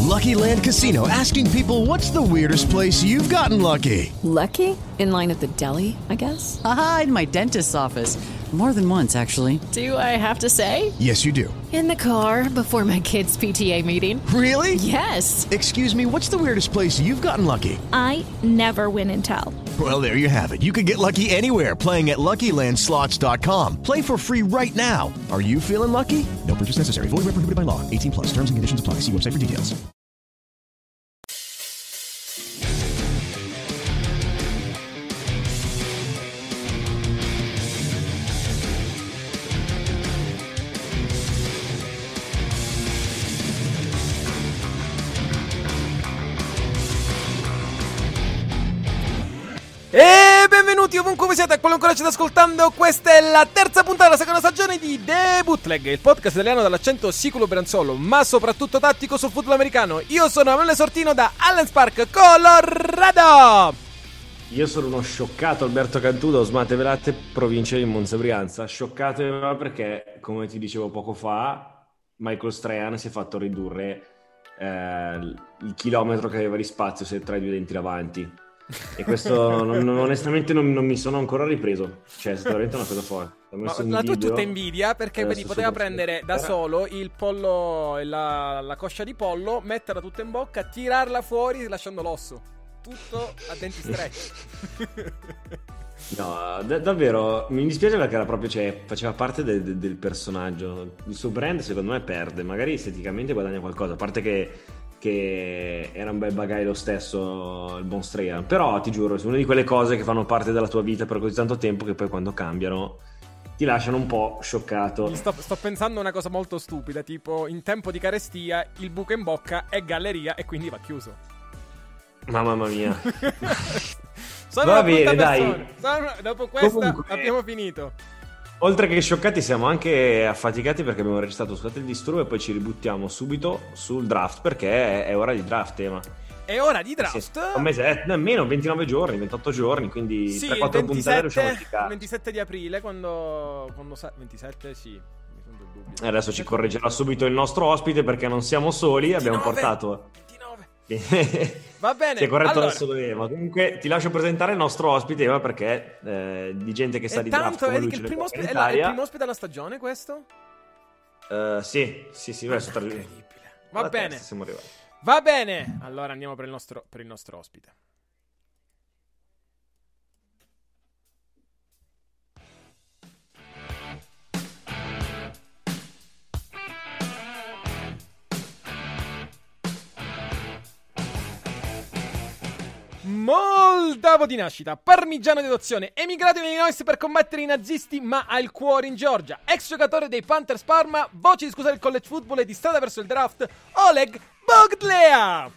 Lucky Land Casino, asking people, what's the weirdest place you've gotten lucky? Lucky? In line at the deli, I guess? Aha, in my dentist's office. More than once, actually. Do I have to say? Yes, you do. In the car before my kids' PTA meeting. Really? Yes. Excuse me, what's the weirdest place you've gotten lucky? I never win and tell. Well, there you have it. You can get lucky anywhere, playing at LuckyLandSlots.com. Play for free right now. Are you feeling lucky? No purchase necessary. Void where prohibited by law. 18 plus. Terms and conditions apply. See website for details. E benvenuti ovunque voi siete, a quello ancora ci state ascoltando. Questa è la terza puntata della seconda stagione di The Bootleg, il podcast italiano dall'accento siculo branzolo, ma soprattutto tattico sul football americano. Io sono Emanuele Sortino da Allen Park, Colorado. Io sono uno scioccato Alberto Cantù da Osmate Velate, provincia di Monza Brianza. Scioccato perché, come ti dicevo poco fa, Michael Strahan si è fatto ridurre il chilometro che aveva di spazio tra i due denti davanti. E questo onestamente non mi sono ancora ripreso. Cioè, è stata veramente una cosa forte. La tua è tutta invidia, perché vedi, poteva prendere da solo il pollo e la coscia di pollo, metterla tutta in bocca, tirarla fuori lasciando l'osso. Tutto a denti stretti. No, davvero mi dispiace perché era proprio, cioè, faceva parte del personaggio. Il suo brand secondo me perde. Magari esteticamente guadagna qualcosa, a parte che era un bel bagay lo stesso il buon Strahan. Però ti giuro, è una di quelle cose che fanno parte della tua vita per così tanto tempo che poi quando cambiano ti lasciano un po' scioccato. Sto pensando a una cosa molto stupida, tipo in tempo di carestia il buco in bocca è galleria e quindi va chiuso. Mamma mia. Va bene, dai. Dopo questa comunque, abbiamo finito. Oltre che scioccati siamo anche affaticati perché abbiamo registrato Scusate il disturbo e poi ci ributtiamo subito sul draft, perché è ora di draft, tema. È ora di draft? Sì, un mese, nemmeno 29 giorni, 28 giorni, quindi sì, 3-4 puntate riusciamo a il 27 di aprile, quando 27 sì. Adesso ci correggerà subito il nostro ospite perché non siamo soli, 29, abbiamo portato 29. Va bene. Ti è corretto allora, adesso Eva. Comunque ti lascio presentare il nostro ospite, Eva, perché di gente che sa di draft come lui che ce il primo ospite in è il primo ospite della stagione, questo? Sì, incredibile. Va bene. Siamo arrivati. Va bene. Allora andiamo per il nostro ospite. Moldavo di nascita, parmigiano di adozione, emigrato in Illinois per combattere i nazisti ma ha il cuore in Georgia, ex giocatore dei Panthers Parma, voce di scusa del college football e di strada verso il draft, Oleg Bogdlea.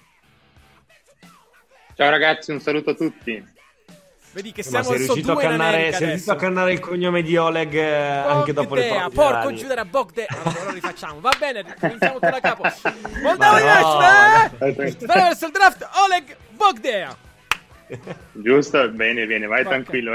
Ciao ragazzi, un saluto a tutti. Vedi che siamo sei riuscito a cannare il cognome di Oleg anche dopo le prove. Porco Giuda, Bogdlea. Allora lo rifacciamo, va bene, cominciamo da capo. Moldavo di nascita, strada verso il draft, Oleg Bogdlea. Giusto, bene, vai tranquillo.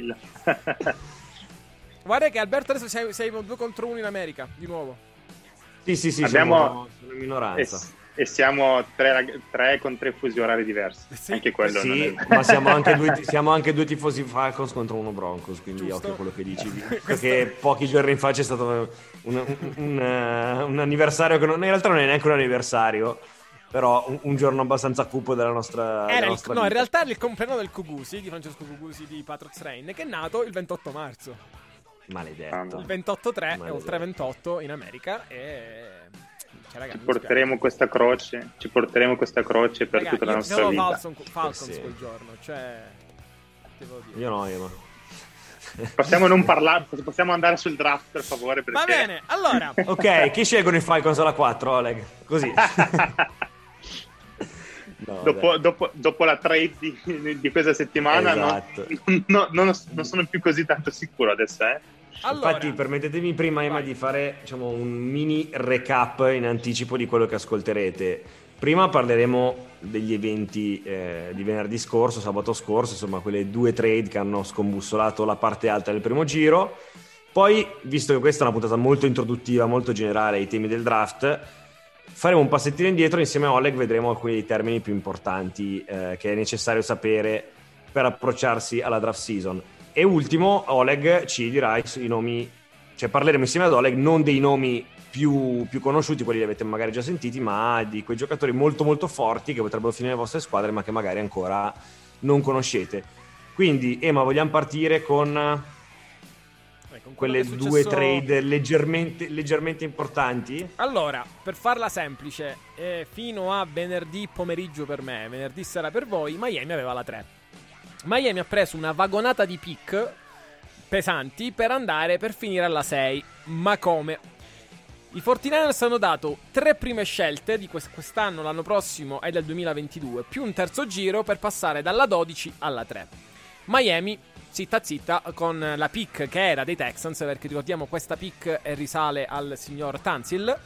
Guarda che Alberto adesso sei 2 contro 1 in America, di nuovo. Sì, siamo in minoranza. E siamo 3 con 3 fusi orari diversi. Sì. Anche quello sì, non è... ma siamo anche 2 tifosi Falcons contro 1 Broncos, quindi giusto. Occhio a quello che dici. Perché pochi giorni fa c'è stato un anniversario che in realtà non è neanche un anniversario, però un giorno abbastanza cupo della nostra vita. In realtà era il compleanno del Cugusi, di Francesco Cugusi di Patriots Reign, che è nato il 28 marzo. Maledetto. Il 28-3 è oltre 28 in America e... Ci porteremo questa croce per tutta la nostra vita. Falcons quel giorno, cioè... Devo dire. Io no, ma... Possiamo non parlare, possiamo andare sul draft per favore, perché... Va bene, allora. Ok, chi scelgono i Falcons alla 4, Oleg? Così. No, dopo la trade di questa settimana, esatto. non sono più così tanto sicuro adesso, Allora, infatti permettetemi prima Emma di fare un mini recap in anticipo di quello che ascolterete. Prima parleremo degli eventi di venerdì scorso, sabato scorso, insomma quelle 2 trade che hanno scombussolato la parte alta del primo giro. Poi, visto che questa è una puntata molto introduttiva, molto generale ai temi del draft, faremo un passettino indietro insieme a Oleg, vedremo alcuni dei termini più importanti che è necessario sapere per approcciarsi alla draft season. E ultimo, Oleg ci dirà i nomi, cioè parleremo insieme ad Oleg non dei nomi più conosciuti, quelli li avete magari già sentiti, ma di quei giocatori molto molto forti che potrebbero finire le vostre squadre ma che magari ancora non conoscete. Quindi Ema, vogliamo partire con quelle due trade leggermente importanti? Allora, per farla semplice, fino a venerdì pomeriggio per me, venerdì sera per voi, Miami aveva la 3. Miami ha preso una vagonata di pick pesanti per finire alla 6. Ma come? I 49ers hanno dato 3 prime scelte di quest'anno, l'anno prossimo e del 2022, più un terzo giro per passare dalla 12 alla 3. Miami, zitta con la pick che era dei Texans, perché ricordiamo questa pick risale al signor Tansil,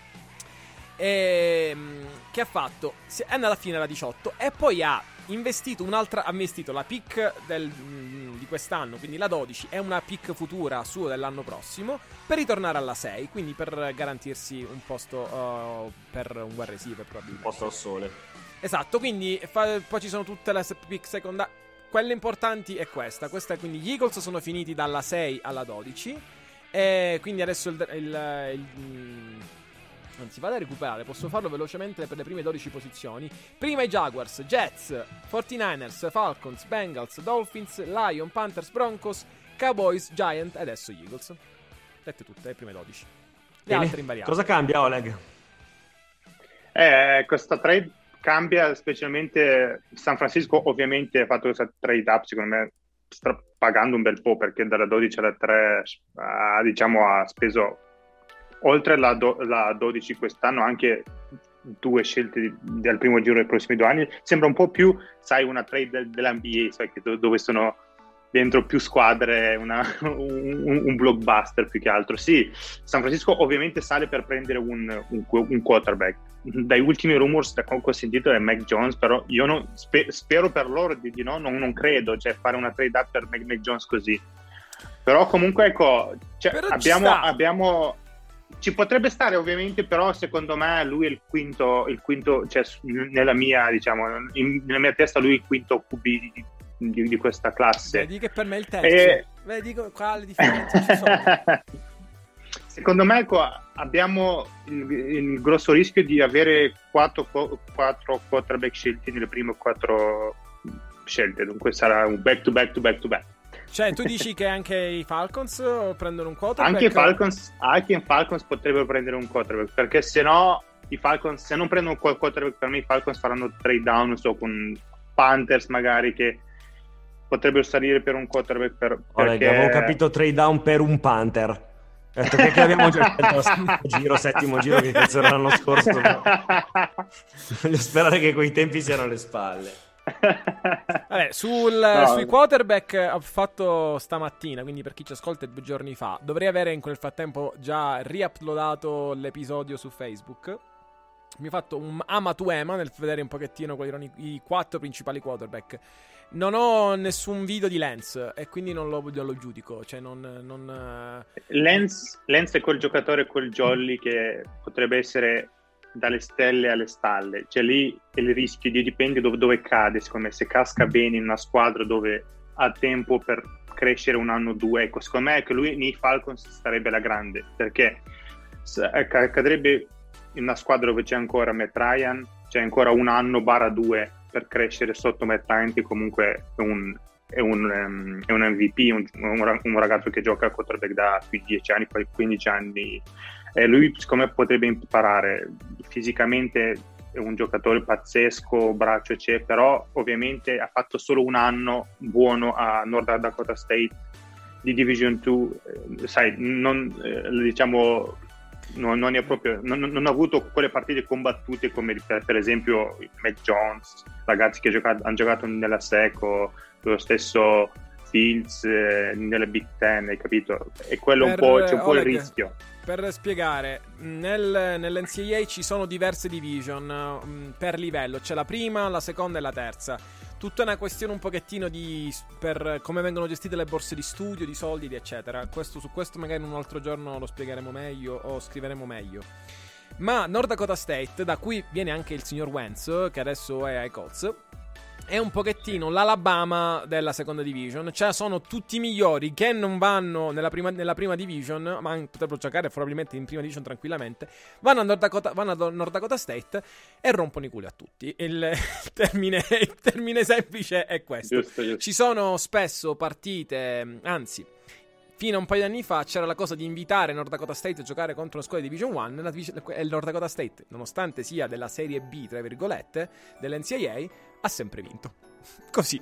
che ha fatto, è andata fino alla 18 e poi ha investito la pick di quest'anno, quindi la 12, è una pick futura sua dell'anno prossimo, per ritornare alla 6, quindi per garantirsi un posto per un wide receiver probabilmente. Un posto al sole. Esatto, quindi poi ci sono tutte le pick secondarie. Quelle importanti è questa, quindi gli Eagles sono finiti dalla 6 alla 12 e quindi adesso anzi vado a recuperare, posso farlo velocemente per le prime 12 posizioni. Prima i Jaguars, Jets, 49ers, Falcons, Bengals, Dolphins, Lion, Panthers, Broncos, Cowboys, Giant e adesso gli Eagles. Dette tutte le prime 12. Le altre invariate. Cosa cambia, Oleg? Questa trade cambia specialmente San Francisco. Ovviamente ha fatto questa trade up, secondo me sta pagando un bel po', perché dalla 12 alla 3 ha speso oltre la 12 quest'anno anche 2 scelte del primo giro dei prossimi 2 anni. Sembra un po' più, sai, una trade dell'NBA, sai, dove sono dentro più squadre, un blockbuster più che altro. Sì, San Francisco ovviamente sale per prendere un quarterback. Dai ultimi rumors che ho sentito è Mac Jones, però io spero per loro di no, non credo, cioè fare una trade up per Mac Jones così. Però comunque ecco, cioè, abbiamo ci potrebbe stare ovviamente, però secondo me lui è il quinto, cioè nella mia, diciamo, nella mia testa lui è il quinto QB di questa classe. Vedi che per me è il terzo. Vedi quale differenza ci sono. Secondo me abbiamo il grosso rischio di avere 4 quarterback scelti nelle prime 4 scelte, dunque sarà un back to back. Cioè tu dici che anche i Falcons prendono un quarterback? Anche i Falcons potrebbero prendere un quarterback, perché se no i Falcons, se non prendono quel quarterback, per me i Falcons faranno trade down, non so, con Panthers magari, che potrebbero salire per un quarterback perché... avevo capito trade down per un Panther. Perché l'abbiamo già scelto settimo giro che cazzo era l'anno scorso, no? Voglio sperare che quei tempi siano alle spalle. Vabbè, sui quarterback ho fatto stamattina, quindi per chi ci ascolta 2 giorni fa, dovrei avere in quel frattempo già riuploadato l'episodio su Facebook. Mi ho fatto un ama to ema nel vedere un pochettino quali erano i 4 principali quarterback. Non ho nessun video di Lance e quindi non lo giudico, cioè Lance è quel giocatore, quel jolly che potrebbe essere dalle stelle alle stalle, cioè lì il rischio dipende dove cade. Secondo me, se casca bene in una squadra dove ha tempo per crescere un anno o 2, ecco, secondo me che lui nei Falcons starebbe la grande, perché cadrebbe in una squadra dove c'è ancora Matt Ryan, c'è ancora 1 anno / 2 per crescere sotto Matt Ryan, che comunque è un MVP, un ragazzo che gioca a quarterback da più di 10 anni, poi 15 anni, e lui secondo me potrebbe imparare. Fisicamente è un giocatore pazzesco, braccio c'è, però ovviamente ha fatto solo 1 anno buono a North Dakota State di Division 2, sai, non è proprio, non ha avuto quelle partite combattute come per esempio Mac Jones, ragazzi che hanno giocato nella SEC, o lo stesso Fields nella Big Ten, hai capito? E quello c'è un po' il rischio. Per spiegare, nell'NCAA ci sono diverse division per livello, c'è la prima, la seconda e la terza. Tutta una questione un pochettino per come vengono gestite le borse di studio, di soldi, eccetera. Su questo magari un altro giorno lo spiegheremo meglio o scriveremo meglio. Ma North Dakota State, da cui viene anche il signor Wentz, che adesso è ai Colts, è un pochettino l'Alabama della seconda division. Cioè sono tutti i migliori che non vanno nella prima division, ma potrebbero giocare probabilmente in prima division tranquillamente. Vanno a North Dakota State e rompono i culi a tutti. Il termine semplice è questo. Giusto. Ci sono spesso partite, anzi, fino a un paio di anni fa c'era la cosa di invitare North Dakota State a giocare contro una squadra di Division 1 e il North Dakota State, nonostante sia della serie B, tra virgolette, dell'NCAA, ha sempre vinto. Così,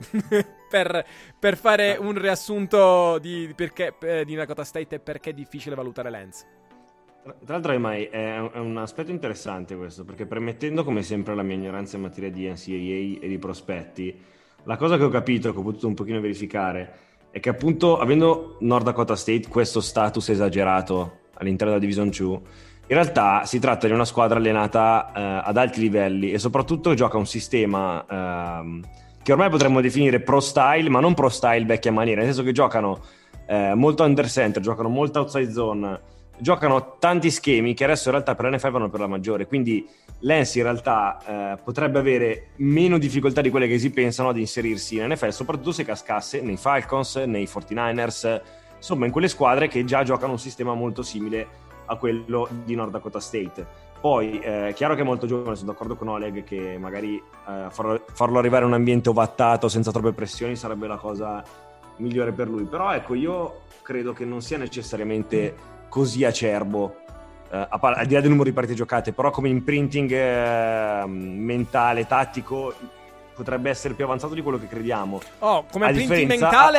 per fare un riassunto di Dakota State e perché è difficile valutare Lance. Tra l'altro è un aspetto interessante questo, perché permettendo come sempre la mia ignoranza in materia di NCAA e di prospetti, la cosa che ho capito, che ho potuto un pochino verificare, è che appunto avendo North Dakota State questo status esagerato all'interno della Division 2, in realtà si tratta di una squadra allenata ad alti livelli e soprattutto gioca un sistema che ormai potremmo definire pro style, ma non pro style vecchia maniera, nel senso che giocano molto under center, giocano molto outside zone, giocano tanti schemi che adesso in realtà per l'NFL vanno per la maggiore, quindi Lance in realtà potrebbe avere meno difficoltà di quelle che si pensano ad inserirsi in NFL, soprattutto se cascasse nei Falcons, nei 49ers, insomma in quelle squadre che già giocano un sistema molto simile a quello di North Dakota State. Poi chiaro che è molto giovane, sono d'accordo con Oleg che magari farlo arrivare in un ambiente ovattato senza troppe pressioni sarebbe la cosa migliore per lui, però ecco, io credo che non sia necessariamente così acerbo, al di là del numero di partite giocate, però come imprinting mentale, tattico, potrebbe essere più avanzato di quello che crediamo. Come imprinting mentale,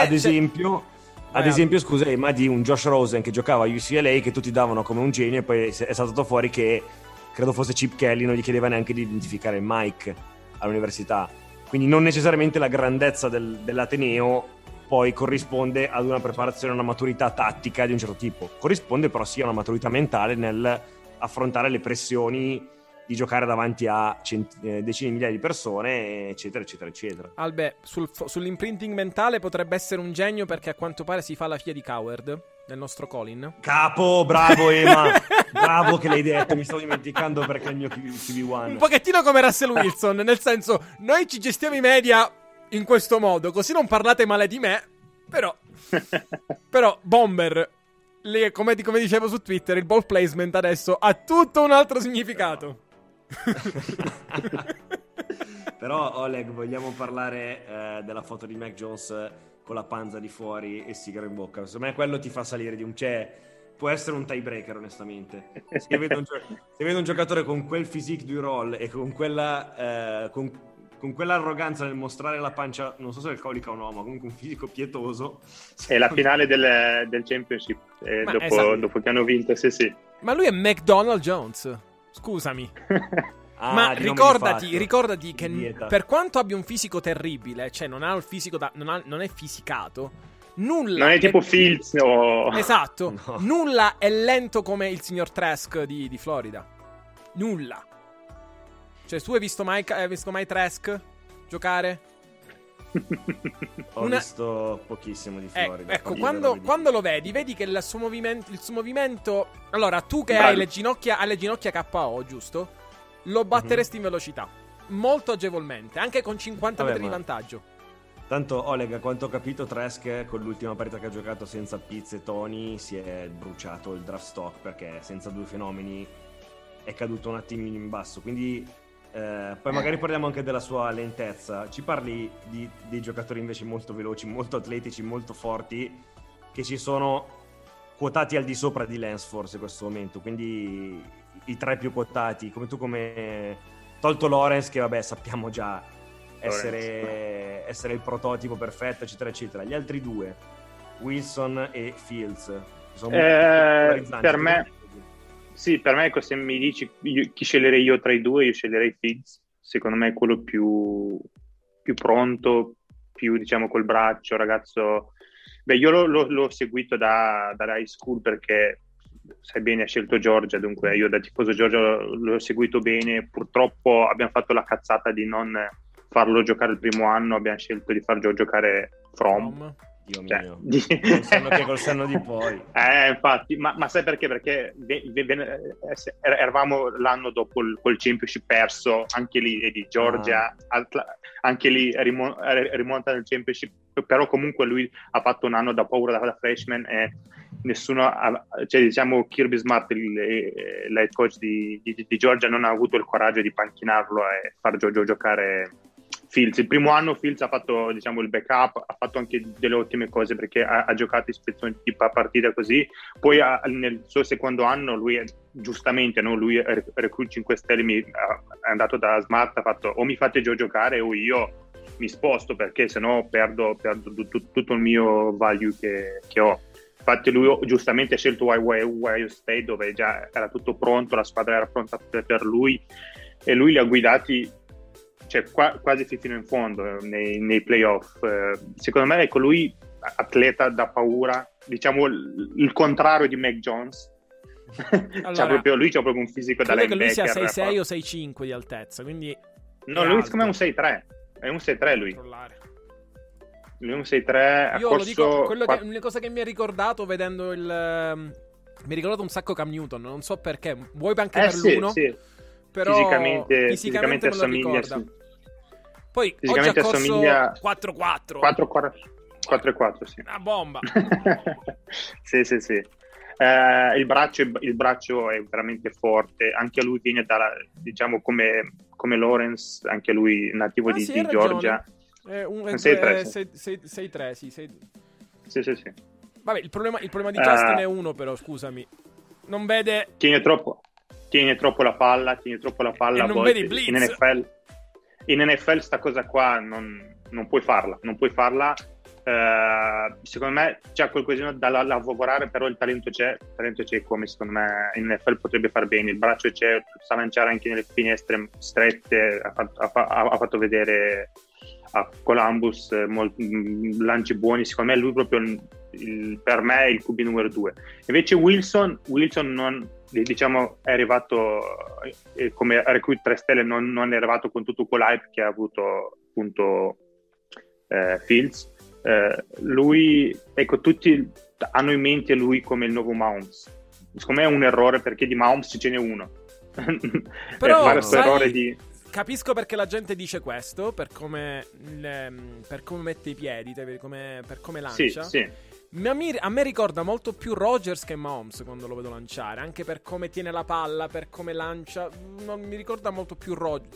ad esempio, scusa, ma di un Josh Rosen che giocava a UCLA, che tutti davano come un genio, e poi è saltato fuori che credo fosse Chip Kelly, non gli chiedeva neanche di identificare Mike all'università, quindi non necessariamente la grandezza dell'Ateneo poi corrisponde ad una preparazione, a una maturità tattica di un certo tipo. Corrisponde però sia a una maturità mentale nel affrontare le pressioni di giocare davanti a decine di migliaia di persone, eccetera, eccetera, eccetera. Albe, sull'imprinting mentale potrebbe essere un genio, perché a quanto pare si fa la figlia di Coward, del nostro Colin. Capo, bravo Ema, bravo che l'hai detto, mi stavo dimenticando perché è il mio QB1. Un pochettino come Russell Wilson, nel senso, noi ci gestiamo i media in questo modo, così non parlate male di me, però Bomber, come dicevo su Twitter, il ball placement adesso ha tutto un altro significato. Però Oleg, vogliamo parlare della foto di Mac Jones con la panza di fuori e sigaro in bocca? Secondo me quello ti fa salire di un... può essere un tiebreaker, onestamente. Se vedo un giocatore con quel physique du roll e con quella... con quell'arroganza nel mostrare la pancia, non so se è alcolica o no, ma comunque un fisico pietoso. È la finale del Championship, dopo che hanno vinto, sì. Ma lui è McDonald Jones, scusami. Ma ricordati che per quanto abbia un fisico terribile, cioè non ha il fisico non è fisicato, nulla. Non è tipo Fields o... Esatto, no. Nulla è lento come il signor Trask di Florida. Nulla. Cioè, tu hai visto mai Trask giocare? Ho visto pochissimo di Florida. Ecco, quando lo vedi che il suo movimento. Allora, tu che hai le ginocchia KO, giusto? Lo batteresti in velocità molto agevolmente, anche con 50 metri di vantaggio. Tanto Oleg, a quanto ho capito, Trask con l'ultima partita che ha giocato senza Pitts e Tony si è bruciato il draft stock, perché senza due fenomeni è caduto un attimino in basso. Quindi poi magari parliamo anche della sua lentezza. Ci parli di giocatori invece molto veloci, molto atletici, molto forti, che ci sono quotati al di sopra di Lance forse in questo momento, quindi i tre più quotati, come tolto Lawrence, che vabbè sappiamo già essere il prototipo perfetto, eccetera eccetera. Gli altri due, Wilson e Fields, sono per me se mi dici chi sceglierei io tra i due, io sceglierei Fields. Secondo me è quello più pronto, più diciamo col braccio, ragazzo. Beh, io l'ho seguito da high school, perché sai bene ha scelto Georgia, dunque io da tifoso Georgia l'ho seguito bene. Purtroppo abbiamo fatto la cazzata di non farlo giocare il primo anno, abbiamo scelto di farlo giocare From. Dio mio, col senno di poi. Infatti, ma sai perché? Perché eravamo l'anno dopo col championship perso, anche lì, e di Georgia, anche lì rimonta nel championship, però comunque lui ha fatto un anno da paura da freshman e nessuno, cioè diciamo Kirby Smart, l'head coach di Georgia, non ha avuto il coraggio di panchinarlo e far giocare Fields. Il primo anno Fields ha fatto, diciamo, il backup, ha fatto anche delle ottime cose perché ha giocato ispezioni tipo a partita così. Poi nel suo secondo anno lui giustamente, no? Lui recruit 5 stelle, è andato da Smart, ha fatto o mi fate giocare o io mi sposto, perché sennò perdo tutto il mio value che ho. Infatti lui giustamente ha scelto Ohio State, dove già era tutto pronto, la squadra era pronta per lui, e lui li ha guidati, cioè, quasi fino in fondo nei playoff. Secondo me, ecco, lui atleta da paura, diciamo il contrario di Mac Jones. Allora, lui c'ha proprio un fisico da linebacker. Credo che lui sia 6'6 o 6'5 di altezza, quindi no, lui secondo me è un 6'3. È un 6'3 lui. Lui è un 6'3. Io lo dico, l'unica cosa che mi ha ricordato vedendo mi ha ricordato un sacco Cam Newton, non so perché, vuoi anche per l'uno, sì. Però fisicamente me lo ricorda. Sì. Poi fisicamente oggi ha corso assomiglia 4-4. 4-4, sì. Una bomba. sì. Il braccio è veramente forte. Anche lui viene diciamo come Lawrence, anche lui nativo di Georgia. È un 6-3, sì. Sì. Vabbè, il problema di Justin è uno, però, scusami. Non vede... Tiene troppo la palla e non vede i blitz. In NFL sta cosa qua non puoi farla. Secondo me c'è qualcosina da lavorare, però il talento c'è, come secondo me in NFL potrebbe far bene. Il braccio c'è, sa lanciare anche nelle finestre strette, ha fatto vedere a Columbus lanci buoni. Secondo me lui proprio per me è il QB numero 2. Invece Wilson non, diciamo, è arrivato come recruit 3 stelle, non è arrivato con tutto quell'hype che ha avuto appunto Fields. Lui, ecco, tutti hanno in mente lui come il nuovo Mahomes. Secondo me è un errore, perché di Mahomes ce n'è uno. Però fare questo errore di... Capisco perché la gente dice questo, per come mette i piedi, per come lancia. Sì. A me ricorda molto più Rodgers che Mahomes quando lo vedo lanciare, anche per come tiene la palla, per come lancia. Non mi ricorda molto più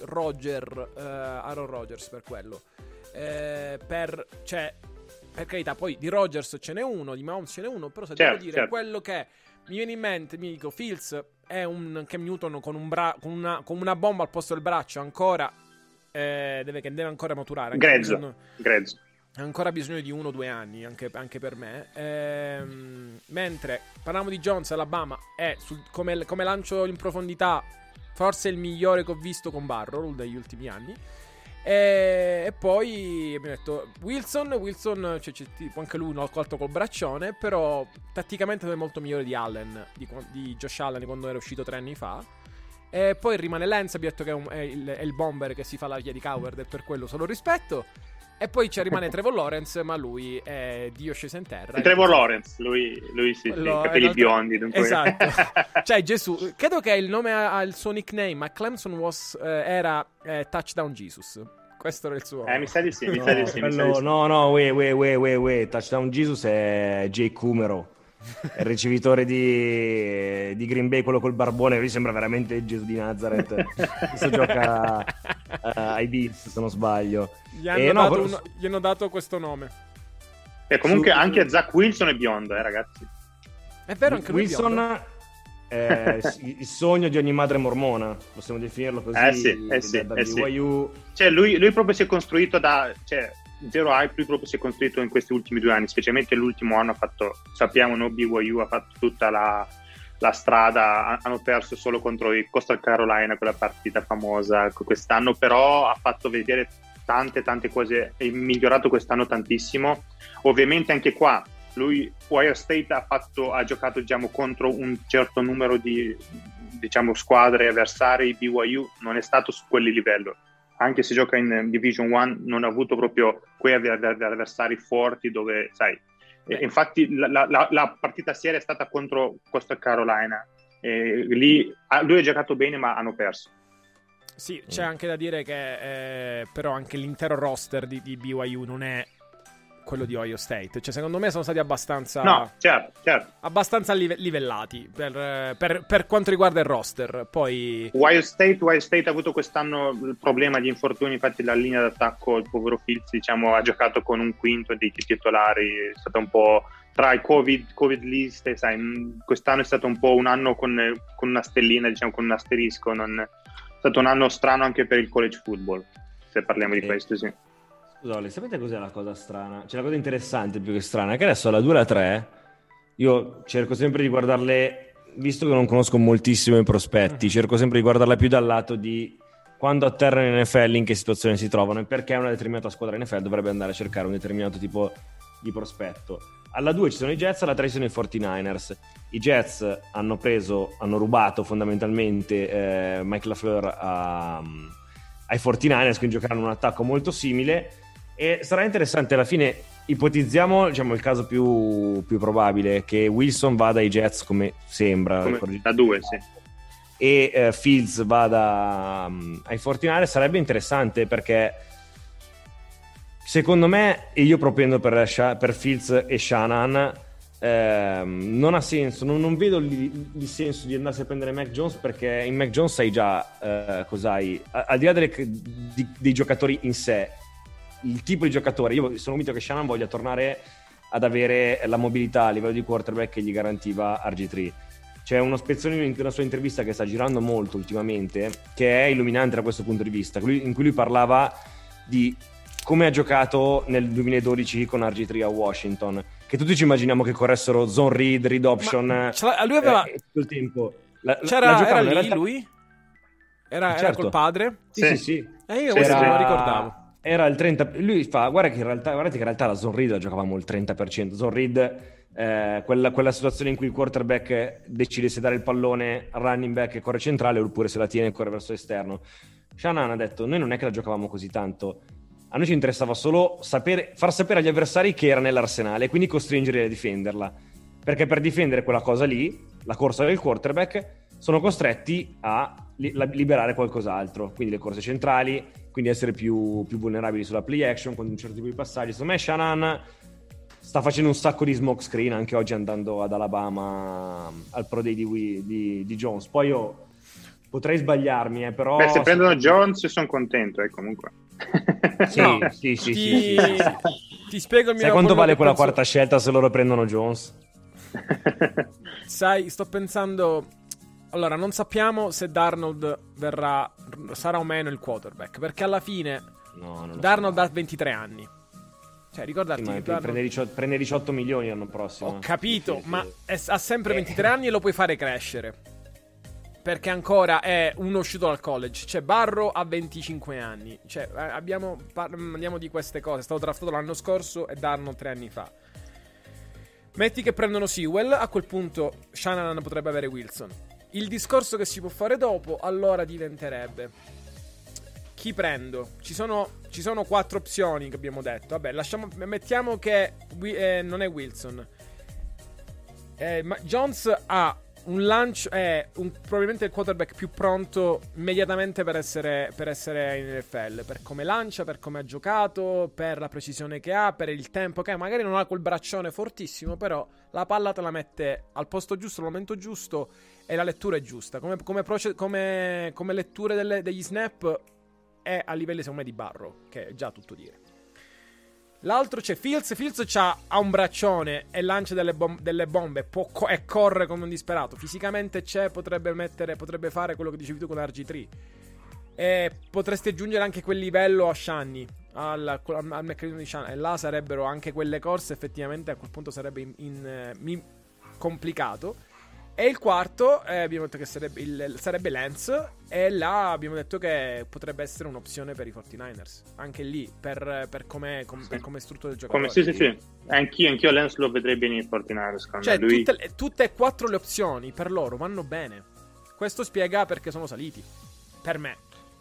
Aaron Rodgers per quello. Per carità, poi di Rodgers ce n'è uno, di Mahomes ce n'è uno, però se devo dire quello che mi viene in mente, mi dico, Fields è un Cam Newton con una bomba al posto del braccio, ancora deve ancora maturare, grezzo. Ha ancora bisogno di 1 o 2 anni, anche per me. Mentre parliamo di Jones, Alabama, è come lancio in profondità forse il migliore che ho visto con Barrow degli ultimi anni. E poi abbiamo detto Wilson, cioè, tipo anche lui alto col braccione, però tatticamente è molto migliore di Allen, di Josh Allen quando era uscito 3 anni fa. E poi rimane Lance, abbiamo detto che è il bomber che si fa la via di Coward, e per quello solo rispetto. E poi rimane Trevor Lawrence, ma lui è Dio sceso in terra. Trevor Lawrence, lui sì, capelli biondi. Dunque. Esatto. Cioè Gesù, credo che il nome il suo nickname a Clemson era Touchdown Jesus. Questo era il suo. Mi sa di sì. No, Touchdown Jesus è Jay Kumero, è il ricevitore di Green Bay, quello col barbone. Lui sembra veramente Gesù di Nazareth. Questo gioca ai Beats, se non sbaglio. Gli hanno dato questo nome. E comunque anche Zach Wilson è biondo, ragazzi. È vero, anche lui Wilson è il sogno di ogni madre mormona, possiamo definirlo così. Sì. BYU. Cioè lui proprio si è costruito zero hype, lui proprio si è costruito in questi ultimi 2 anni, specialmente l'ultimo anno ha fatto, sappiamo, no, BYU ha fatto tutta la strada, hanno perso solo contro i Coastal Carolina, quella partita famosa quest'anno, però ha fatto vedere tante cose, è migliorato quest'anno tantissimo. Ovviamente anche qua lui, Ohio State ha giocato, diciamo, contro un certo numero di, diciamo, squadre avversarie. BYU non è stato su quel livello, anche se gioca in Division 1, non ha avuto proprio quei avversari forti dove, sai, infatti la partita seria è stata contro Coastal Carolina, lì lui ha giocato bene ma hanno perso. Sì, c'è anche da dire che però anche l'intero roster di BYU non è quello di Ohio State. Cioè, secondo me sono stati abbastanza... No, certo. Abbastanza livellati per quanto riguarda il roster. Poi... Ohio State ha avuto quest'anno il problema di infortuni, infatti la linea d'attacco, il povero Fields, diciamo, ha giocato con un quinto dei titolari, è stato un po'... Tra i Covid liste, sai, quest'anno è stato un po' un anno con una stellina, diciamo, con un asterisco, è stato un anno strano anche per il college football, se parliamo di questo, sì. Scusate, sapete cos'è la cosa strana? Cioè, la cosa interessante più che strana è che adesso alla 2 e alla 3 io cerco sempre di guardarle, visto che non conosco moltissimo i prospetti, cerco sempre di guardarla più dal lato di quando atterrano in NFL, in che situazione si trovano e perché una determinata squadra NFL dovrebbe andare a cercare un determinato tipo di prospetto. Alla 2 ci sono i Jets, alla 3 ci sono i 49ers. I Jets hanno rubato fondamentalmente Mike LaFleur ai 49ers, quindi giocheranno un attacco molto simile. E sarà interessante, alla fine ipotizziamo, diciamo, il caso più probabile, che Wilson vada ai Jets come sembra, da 2, sì, e Fields vada ai 49ers. Sarebbe interessante perché secondo me, e io propendo per Fields e Shanahan, non ha senso, non vedo il senso di andarsi a prendere Mac Jones, perché in Mac Jones sai già cos'hai, al di là dei giocatori in sé, il tipo di giocatore. Io sono convinto che Shanahan voglia tornare ad avere la mobilità a livello di quarterback che gli garantiva RG3. C'è uno spezzone in una sua intervista che sta girando molto ultimamente, che è illuminante da questo punto di vista, in cui lui parlava di come ha giocato nel 2012 con RG3 a Washington, che tutti ci immaginiamo che corressero zone read option, lui aveva tutto il tempo. Era lì realtà... lui? Era certo. Col padre? Sì. Io questo non lo ricordavo. Era il 30%. Lui fa, guardate che in realtà la zone read la giocavamo il 30%. Zone read, quella situazione in cui il quarterback decide se dare il pallone al running back e corre centrale oppure se la tiene e corre verso esterno. Shanahan ha detto, noi non è che la giocavamo così tanto, a noi ci interessava solo far sapere agli avversari che era nell'arsenale e quindi costringerli a difenderla, perché per difendere quella cosa lì, la corsa del quarterback, sono costretti a liberare qualcos'altro, quindi le corse centrali, quindi essere più vulnerabili sulla play action con un certo tipo di passaggi. Secondo me Shanahan sta facendo un sacco di smoke screen anche oggi andando ad Alabama al Pro Day di Jones. Poi io potrei sbagliarmi, però... Beh, se prendono Jones sono contento, comunque. Sì. Ti spiego il mio... Sai quanto vale quella quarta scelta se loro prendono Jones? Sai, sto pensando... Allora, non sappiamo se Darnold sarà o meno il quarterback, perché alla fine Darnold ha 23 anni. Cioè, ricordati, prende 18 milioni l'anno prossimo. Ho capito, sì. Ma ha sempre 23 anni e lo puoi fare crescere, perché ancora è uno uscito dal college. Cioè, Barrow ha 25 anni. Cioè, andiamo di queste cose. È stato draftato l'anno scorso e Darnold 3 anni fa. Metti che prendono Sewell, a quel punto Shanahan potrebbe avere Wilson. Il discorso che si può fare dopo allora diventerebbe: chi prendo? Ci sono 4 opzioni che abbiamo detto. Vabbè, mettiamo che non è Wilson. Ma Jones ha un lancio, è probabilmente il quarterback più pronto immediatamente per essere in NFL, per come lancia, per come ha giocato, per la precisione che ha, per il tempo che ha. Magari non ha quel braccione fortissimo, però la palla te la mette al posto giusto, al momento giusto, e la lettura è giusta. Come letture degli snap è a livelli, secondo me, di Barrow, che è già tutto dire. L'altro c'è Fields ha un braccione e lancia delle bombe, e corre come un disperato. Fisicamente potrebbe fare quello che dicevi tu con RG3. E potresti aggiungere anche quel livello a Shanny, al meccanismo di Shanny, e là sarebbero anche quelle corse, effettivamente a quel punto sarebbe complicato. E il quarto abbiamo detto che sarebbe Lance, e là abbiamo detto che potrebbe essere un'opzione per i 49ers, anche lì per come è struttura del giocatore. Sì. Anch'io Lance lo vedrei bene in 49ers. Cioè tutte e 4 le opzioni per loro vanno bene. Questo spiega perché sono saliti, per me.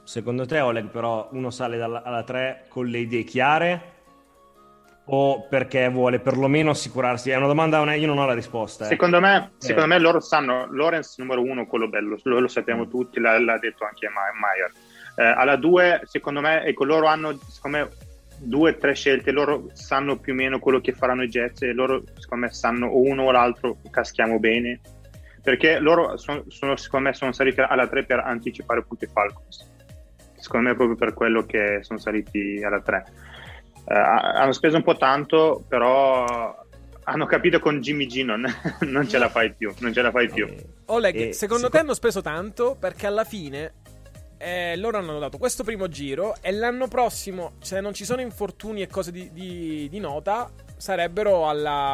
secondo te, Oleg, però uno sale alla 3 con le idee chiare o perché vuole perlomeno assicurarsi? È una domanda, io non ho la risposta. Secondo me loro sanno, Lorenz numero 1, quello bello, lo sappiamo tutti, l'ha detto anche Maier. Alla 2, secondo me, ecco, loro hanno, secondo me, 2-3 scelte, loro sanno più o meno quello che faranno i Jets e loro, secondo me, sanno o uno o l'altro, caschiamo bene, perché loro secondo me sono saliti alla 3 per anticipare appunto i Falcons, secondo me proprio per quello che sono saliti alla 3. Hanno speso un po' tanto, però hanno capito con Jimmy G non ce la fai più, Oleg, secondo te hanno speso tanto perché alla fine loro hanno dato questo primo giro e l'anno prossimo, se non ci sono infortuni e cose di nota, sarebbero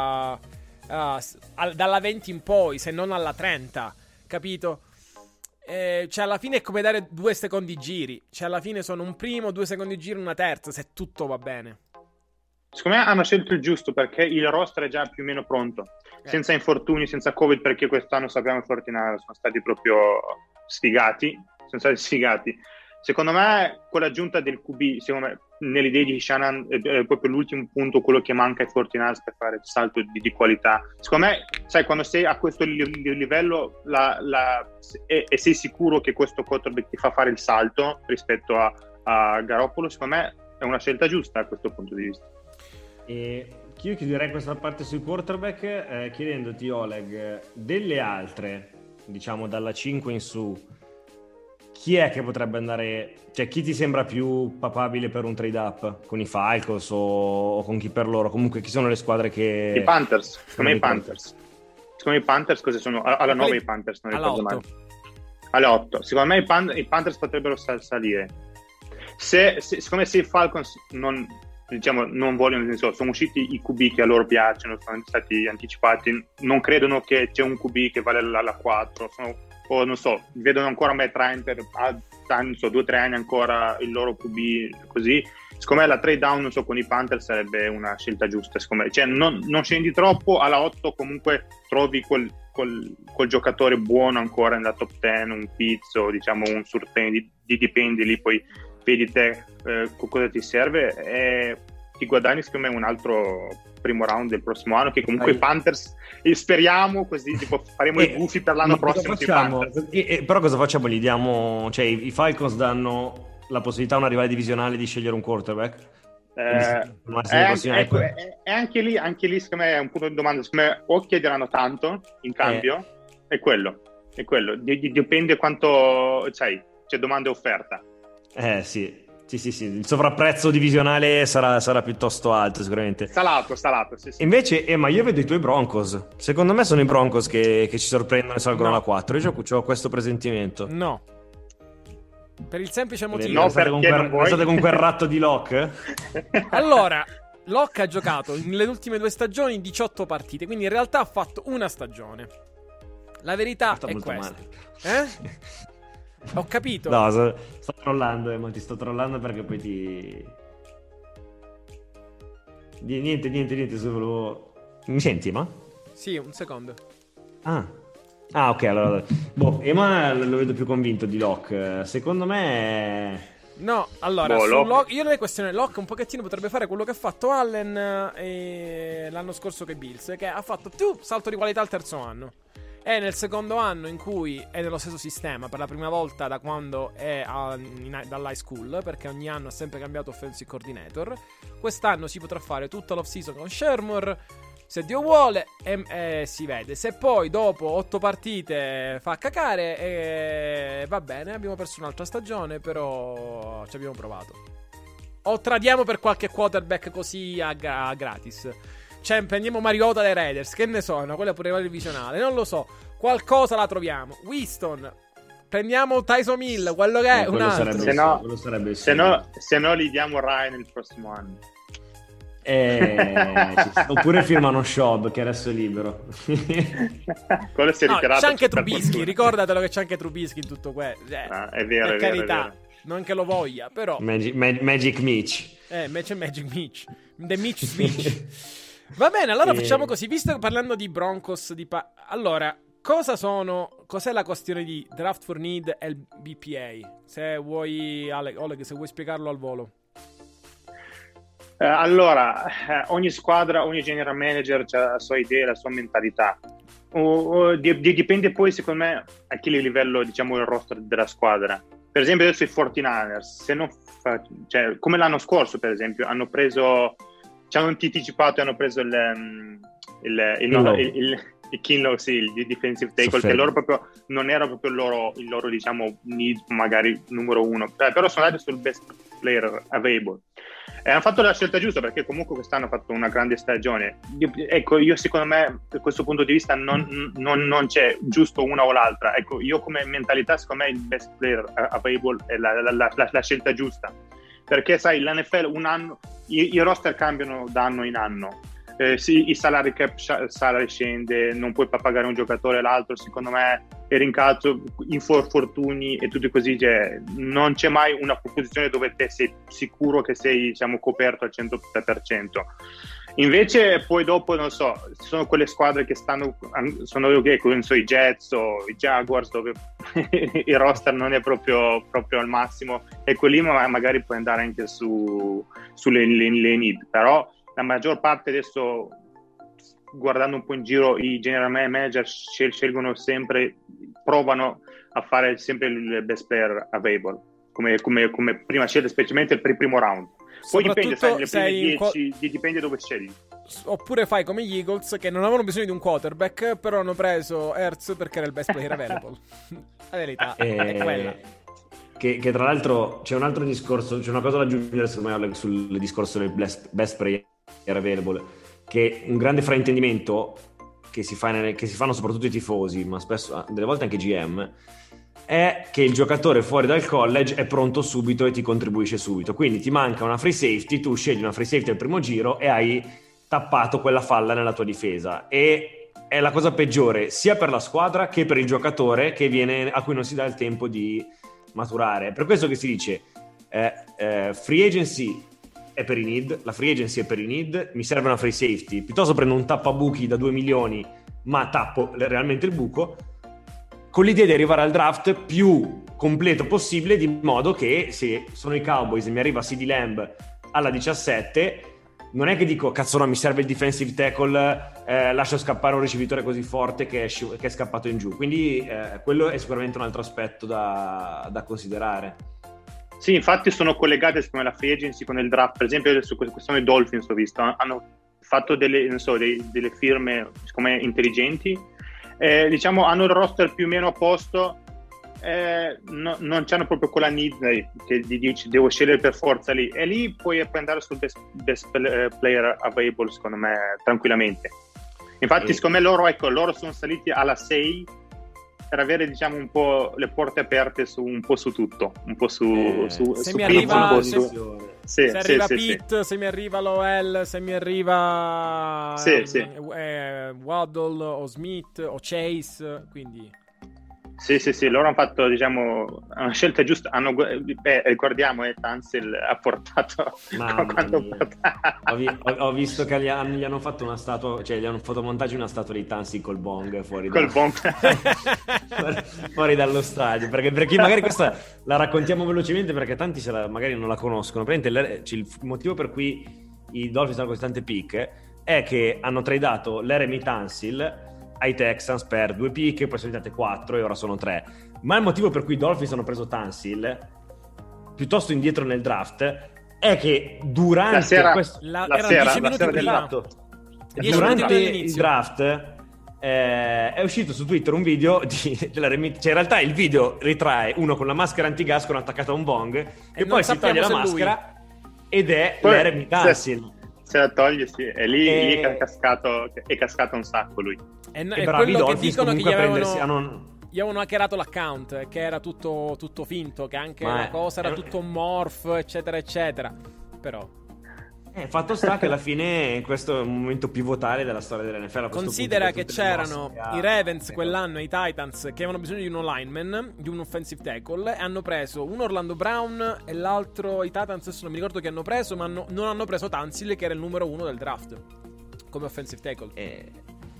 dalla 20 in poi, se non alla 30, capito? Cioè alla fine è come dare 2 secondi giri, cioè alla fine sono un primo, 2 secondi giri, una terza, se tutto va bene. Secondo me hanno scelto il giusto perché il roster è già più o meno pronto, senza infortuni, senza Covid, perché quest'anno sappiamo che i 49ers sono stati proprio sfigati. Secondo me con l'aggiunta del QB, secondo me nelle idee di Shanahan è proprio l'ultimo punto, quello che manca ai 49ers per fare il salto di qualità. Secondo me, sai, quando sei a questo livello e sei sicuro che questo quarterback ti fa fare il salto rispetto a Garoppolo, secondo me è una scelta giusta a questo punto di vista. E io chiuderei questa parte sui quarterback chiedendoti, Oleg, delle altre, diciamo dalla 5 in su, chi è che potrebbe andare, cioè chi ti sembra più papabile per un trade up con i Falcons o con chi per loro? Comunque chi sono le squadre che... I Panthers, secondo me i Panthers cosa sono? Alla 9 i Panthers, non ricordo male. Alla 8, secondo me i Panthers potrebbero salire. Secondo me se i Falcons non vogliono, nel senso, sono usciti i QB che a loro piacciono, sono stati anticipati, non credono che c'è un QB che vale la 4, o non so, vedono ancora Matt Ryan per 2-3 anni ancora il loro QB così. Secondo me la trade down, non so, con i Panthers sarebbe una scelta giusta, secondo me. Cioè non scendi troppo, alla 8 comunque trovi quel giocatore buono ancora nella top 10, un pizzo, diciamo un surtain, dipendi lì, poi vedi te cosa ti serve e ti guadagni secondo me un altro primo round del prossimo anno, che comunque i Panthers, speriamo così, tipo faremo i gufi per l'anno prossimo. Però cosa facciamo? Gli diamo, cioè i Falcons danno la possibilità a una rivale divisionale di scegliere un quarterback? E anche lì secondo me è un punto di domanda. Secondo me o chiederanno tanto in cambio, è quello dipende quanto, sai, c'è domanda e offerta. Sì, il sovrapprezzo divisionale sarà piuttosto alto sicuramente. Salato, sì. Invece, ma io vedo i tuoi Broncos. Secondo me sono i Broncos che ci sorprendono e salgono alla 4. Io ho questo presentimento. No. Per il semplice motivo. No, state con quel ratto di Locke? Allora, Locke ha giocato nelle ultime 2 stagioni 18 partite, quindi in realtà ha fatto una stagione. La verità è questa. Ho capito. No, sto trollando, ma ti sto trollando perché poi ti... Niente, solo... Mi senti, ma? Sì, un secondo. Ah, ok, allora... Ema lo vedo più convinto di Locke. Secondo me... No, allora, Locke, io nelle questioni Locke un pochettino potrebbe fare quello che ha fatto Allen l'anno scorso che Bills, che ha fatto salto di qualità al terzo anno. È nel secondo anno in cui è nello stesso sistema per la prima volta da quando è dall'high school, perché ogni anno ha sempre cambiato offensive coordinator. Quest'anno si potrà fare tutta l'off season con Shermer, se Dio vuole, e si vede. Se poi dopo 8 partite fa cacare, va bene, abbiamo perso un'altra stagione, però ci abbiamo provato. O tradiamo per qualche quarterback così a gratis. Cioè, prendiamo Mariota dai Raiders, che ne so, quella pure la divisionale, non lo so, qualcosa la troviamo. Winston, prendiamo Tyson Hill, quello che è un altro. Se no li diamo Ryan il prossimo anno. Oppure firmano Schaub, che adesso è libero. Quello si è ritirato. C'è anche Trubisky, ricordatelo che c'è anche Trubisky in tutto questo. È vero, per è carità, vero. Non che lo voglia, però Magic Mitch. Magic Mitch. The Mitch Speech. Va bene, allora facciamo così. Visto che parlando di Broncos, allora, Cos'è la questione di Draft for Need e il BPA? Se vuoi, Oleg, se vuoi spiegarlo al volo. Allora, ogni squadra, ogni general manager ha la sua idea, la sua mentalità. Dipende poi, secondo me, a che livello, diciamo, il roster della squadra. Per esempio adesso i 49ers, se non come l'anno scorso, per esempio, ci hanno anticipato e hanno preso il Kinlaw, sì, il defensive tackle, che loro proprio non era proprio il loro diciamo need magari numero uno, però sono andati sul best player available e hanno fatto la scelta giusta, perché comunque quest'anno hanno fatto una grande stagione. Io secondo me, da questo punto di vista, non c'è giusto una o l'altra. Ecco, io come mentalità, secondo me il best player available è la scelta giusta, perché sai, l'NFL un anno i roster cambiano da anno in anno. Sì, i salary cap scende, non puoi pagare un giocatore e l'altro. Secondo me il rincalzo, infortuni e tutto così, non c'è mai una posizione dove te sei sicuro che sei, diciamo, coperto al 100%. Invece poi dopo, non so, ci sono quelle squadre che sono non so, i Jets o i Jaguars, dove il roster non è proprio al massimo, e quelli magari puoi andare anche sulle need, però la maggior parte adesso, guardando un po' in giro, i general manager scelgono sempre, provano a fare sempre il best player available come prima scelta, specialmente per il primo round. Poi dipende, sai, le prime 10 dipende dove scegli. Oppure fai come gli Eagles, che non avevano bisogno di un quarterback, però hanno preso Ertz perché era il best player available. La verità è quella. Che tra l'altro c'è un altro discorso, c'è una cosa da aggiungere secondo me sul discorso del best player available, che un grande fraintendimento che si fanno soprattutto i tifosi, ma spesso delle volte anche GM, è che il giocatore fuori dal college è pronto subito e ti contribuisce subito. Quindi ti manca una free safety, tu scegli una free safety al primo giro e hai tappato quella falla nella tua difesa, e è la cosa peggiore sia per la squadra che per il giocatore a cui non si dà il tempo di maturare. È per questo che si dice free agency è per i need, la free agency è per i need, mi serve una free safety, piuttosto prendo un tappabuchi da 2 milioni ma tappo realmente il buco, con l'idea di arrivare al draft più completo possibile, di modo che se sono i Cowboys e mi arriva CeeDee Lamb alla 17, non è che dico cazzo no, mi serve il defensive tackle, lascio scappare un ricevitore così forte che è scappato in giù. Quindi quello è sicuramente un altro aspetto da considerare. Sì, infatti sono collegate secondo me la free agency con il draft. Per esempio adesso sono i Dolphins, ho visto, hanno fatto delle firme secondo me intelligenti, diciamo hanno il roster più o meno a posto, non c'hanno proprio quella need che dici devo scegliere per forza lì, e lì puoi andare sul best player available secondo me tranquillamente. Infatti secondo me loro sono saliti alla 6 per avere, diciamo, un po' le porte aperte un po' su tutto, un po' su se mi arriva se arriva Pitt, se mi arriva Lowell, se mi arriva Waddle o Smith o Chase, quindi sì, loro hanno fatto, diciamo, una scelta giusta. Ricordiamo, Tansil ha portato ho visto che gli hanno fatto una statua, cioè gli hanno fotomontaggi una statua di Tansil col bong fuori dallo stadio, perché per chi magari questa la raccontiamo velocemente, perché tanti magari non la conoscono. Il motivo per cui i Dolphins hanno così tante pick è che hanno tradato l'Eremi Tansil ai Texans per 2 pick, poi sono diventate 4 e ora sono 3. Ma il motivo per cui i Dolphins hanno preso Tansil piuttosto indietro nel draft è che durante il draft è uscito su Twitter un video in realtà il video ritrae uno con la maschera antigas con attaccata a un bong e poi si toglie la maschera ed è l'Eremi Tansil. Se la toglie, sì, e lì è cascato un sacco lui. E quello che dicono che gli avevano hackerato l'account, che era tutto finto, che anche la cosa era tutto morph, eccetera eccetera. Però fatto sta che alla fine questo è un momento pivotale della storia dell'NFL. Considera che c'erano i Ravens quell'anno e i Titans che avevano bisogno di un lineman, di un offensive tackle, e hanno preso un Orlando Brown e l'altro, i Titans adesso non mi ricordo che hanno preso, ma non hanno preso Tansil, che era il numero 1 del draft come offensive tackle.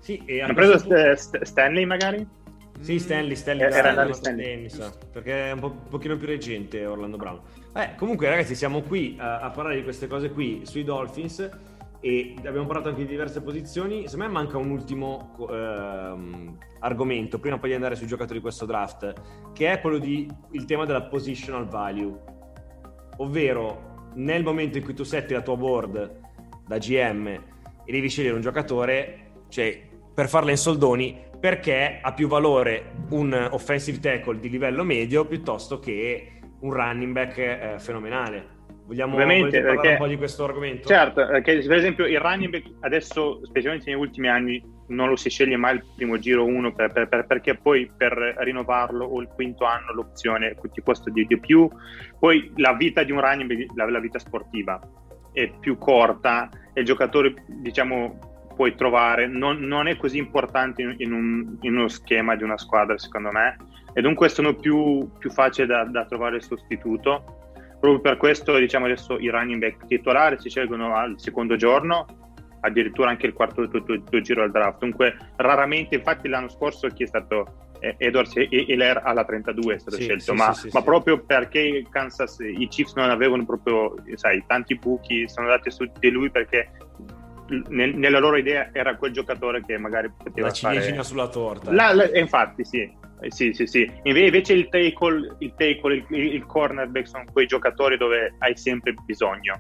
Sì, e hanno preso Stanley magari? Sì, Stanley era Stanley, mi sa, perché è un pochino più recente Orlando Brown. Comunque ragazzi, siamo qui a parlare di queste cose qui sui Dolphins e abbiamo parlato anche di diverse posizioni. Secondo me manca un ultimo argomento prima poi di andare sui giocatori di questo draft, che è quello il tema della positional value, ovvero nel momento in cui tu setti la tua board da GM e devi scegliere un giocatore, cioè per farla in soldoni, perché ha più valore un offensive tackle di livello medio piuttosto che un running back fenomenale. Volete parlare un po' di questo argomento? Certo, perché per esempio il running back adesso, specialmente negli ultimi anni, non lo si sceglie mai il primo giro uno perché poi per rinnovarlo o il quinto anno l'opzione ti costa di più. Poi la vita di un running back, la vita sportiva è più corta e il giocatore, diciamo, puoi trovare non è così importante in uno schema di una squadra, secondo me, e dunque sono più facile da trovare il sostituto. Proprio per questo, diciamo, adesso i running back titolari si scelgono al secondo giorno, addirittura anche il quarto giro al draft. Dunque raramente, infatti l'anno scorso chi è stato Edwards Helaire alla 32 è stato scelto, ma proprio perché i Chiefs non avevano proprio, sai, tanti buchi, sono andati su di lui perché nella loro idea era quel giocatore che magari poteva la ciliegina fare sulla torta. Infatti sì. Invece il tackle, il cornerback sono quei giocatori dove hai sempre bisogno.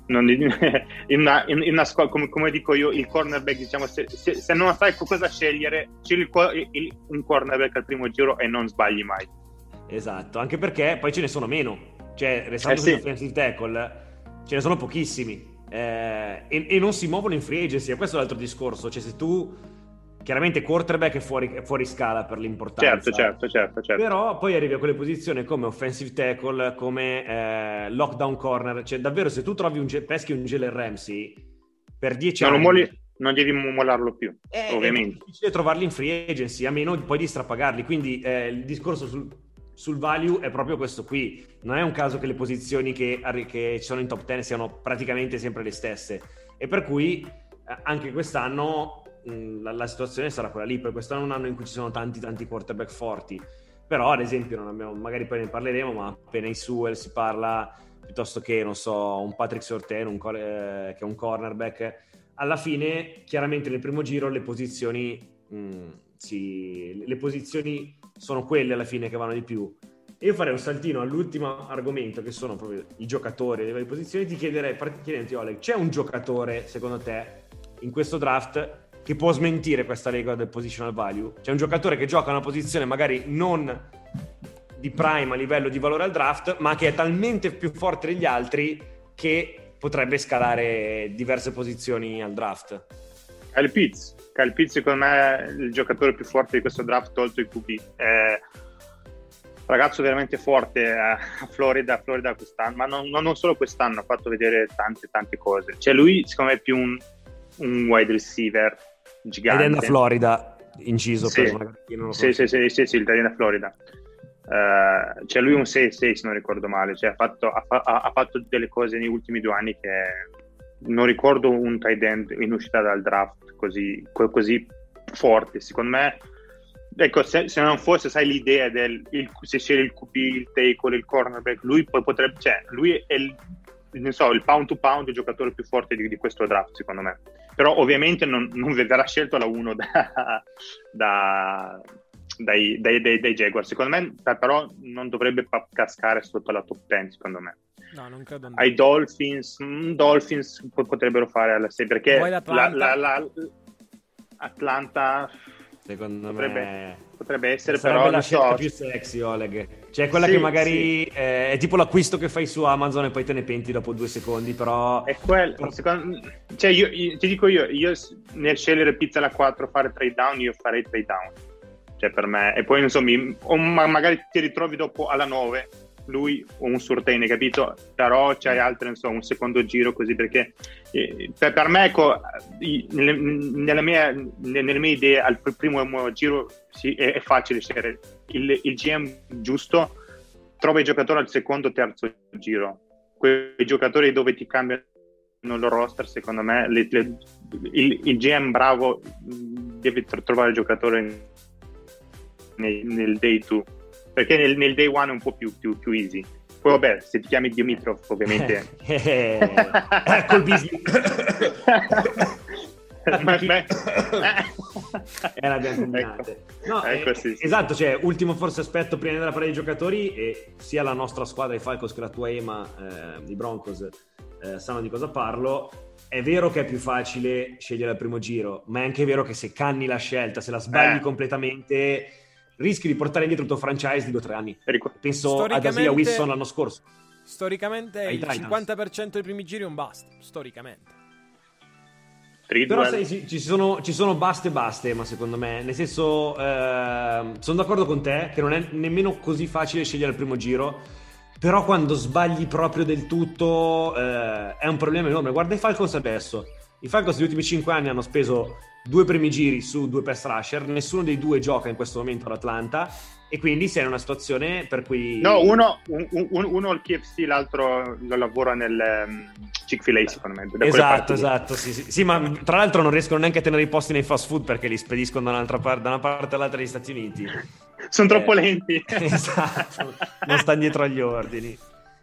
In una squadra, come dico io, il cornerback, diciamo, se non sai cosa scegliere, scegli un cornerback al primo giro e non sbagli mai. Esatto, anche perché poi ce ne sono meno, cioè restando su offensive tackle ce ne sono pochissimi. E non si muovono in free agency, questo è l'altro discorso, cioè se tu chiaramente quarterback è fuori scala per l'importanza, certo. Però poi arrivi a quelle posizioni come offensive tackle, come lockdown corner, cioè davvero se tu trovi peschi un Jalen Ramsey per 10 anni non devi mollarlo più, ovviamente è difficile trovarli in free agency, a meno poi di strapagarli, quindi il discorso sul value è proprio questo qui. Non è un caso che le posizioni che ci sono in top 10 siano praticamente sempre le stesse, e per cui anche quest'anno la situazione sarà quella lì. Poi quest'anno è un anno in cui ci sono tanti quarterback forti, però ad esempio non abbiamo, magari poi ne parleremo, ma appena in Sewell si parla, piuttosto che non so un Patrick Surtain che è un cornerback. Alla fine chiaramente nel primo giro le posizioni sono quelle alla fine che vanno di più. E io farei un saltino all'ultimo argomento, che sono proprio i giocatori, le varie posizioni. Ti chiederti, Oleg, c'è un giocatore secondo te in questo draft che può smentire questa regola del positional value? C'è un giocatore che gioca una posizione magari non di prime a livello di valore al draft, ma che è talmente più forte degli altri che potrebbe scalare diverse posizioni al draft? Kyle Pitts, secondo me è il giocatore più forte di questo draft tolto i QB. Ragazzo veramente forte a Florida quest'anno, ma non solo quest'anno, ha fatto vedere tante cose. Cioè lui secondo me è più un wide receiver gigante. Ed è da Florida, inciso per magari chi non lo conosce. Sì, il tight end da Florida. Cioè lui è un 6-6 se non ricordo male, cioè ha fatto delle cose negli ultimi 2 anni che non ricordo un tight end in uscita dal draft così forte. Secondo me, ecco, se non fosse, sai, l'idea se sceglie il QB, il tackle, il cornerback, lui poi potrebbe, cioè lui è il pound to pound il giocatore più forte di questo draft, secondo me. Però ovviamente non verrà scelto la 1 dai Jaguars. Secondo me però non dovrebbe cascare sotto la top 10, secondo me. No, non credo. Ai Dolphins potrebbero fare alla 6, perché Atlanta secondo me potrebbe essere, sarebbe però la scelta più sexy, Oleg, cioè quella che magari è tipo l'acquisto che fai su Amazon e poi te ne penti dopo 2 secondi, però è quello. Cioè io ti dico, io nel scegliere pizza alla 4 fare trade down, io farei trade down, cioè per me, e poi insomma magari ti ritrovi dopo alla 9 lui o un Surtain, capito? Però c'hai altre, insomma, un secondo giro così, perché per me, ecco, nelle mie idee al primo giro è facile scegliere il GM giusto, trova i giocatori al secondo, terzo giro, quei giocatori dove ti cambiano lo roster, secondo me il GM bravo deve trovare il giocatore nel day 2, perché nel day 1 è un po' più easy. Poi vabbè, se ti chiami Dimitrov ovviamente col business l'abbiamo combinate. Ecco, sì. Esatto, cioè ultimo forse aspetto prima della parata dei giocatori, e sia la nostra squadra, i Falcons, che la tua EMA, i Broncos, sanno di cosa parlo. È vero che è più facile scegliere al primo giro, ma è anche vero che se canni la scelta, se la sbagli completamente, rischi di portare indietro il tuo franchise di 2 o 3 anni. Penso ad Asia Wilson l'anno scorso. Storicamente il 50% dei primi giri è un bust, storicamente. Però ci sono baste, ma secondo me, nel senso, sono d'accordo con te che non è nemmeno così facile scegliere al primo giro, però quando sbagli proprio del tutto è un problema enorme. Guarda i Falcons adesso. I Falcons negli ultimi 5 anni hanno speso 2 primi giri su 2 pass rusher, nessuno dei 2 gioca in questo momento all'Atlanta, e quindi sei in una situazione per cui... No, uno al KFC, l'altro lo lavora nel Chick-fil-A, secondo me. Esatto, sì, ma tra l'altro non riescono neanche a tenere i posti nei fast food perché li spediscono da una parte all'altra degli Stati Uniti. Sono troppo lenti. Esatto, non stanno dietro agli ordini.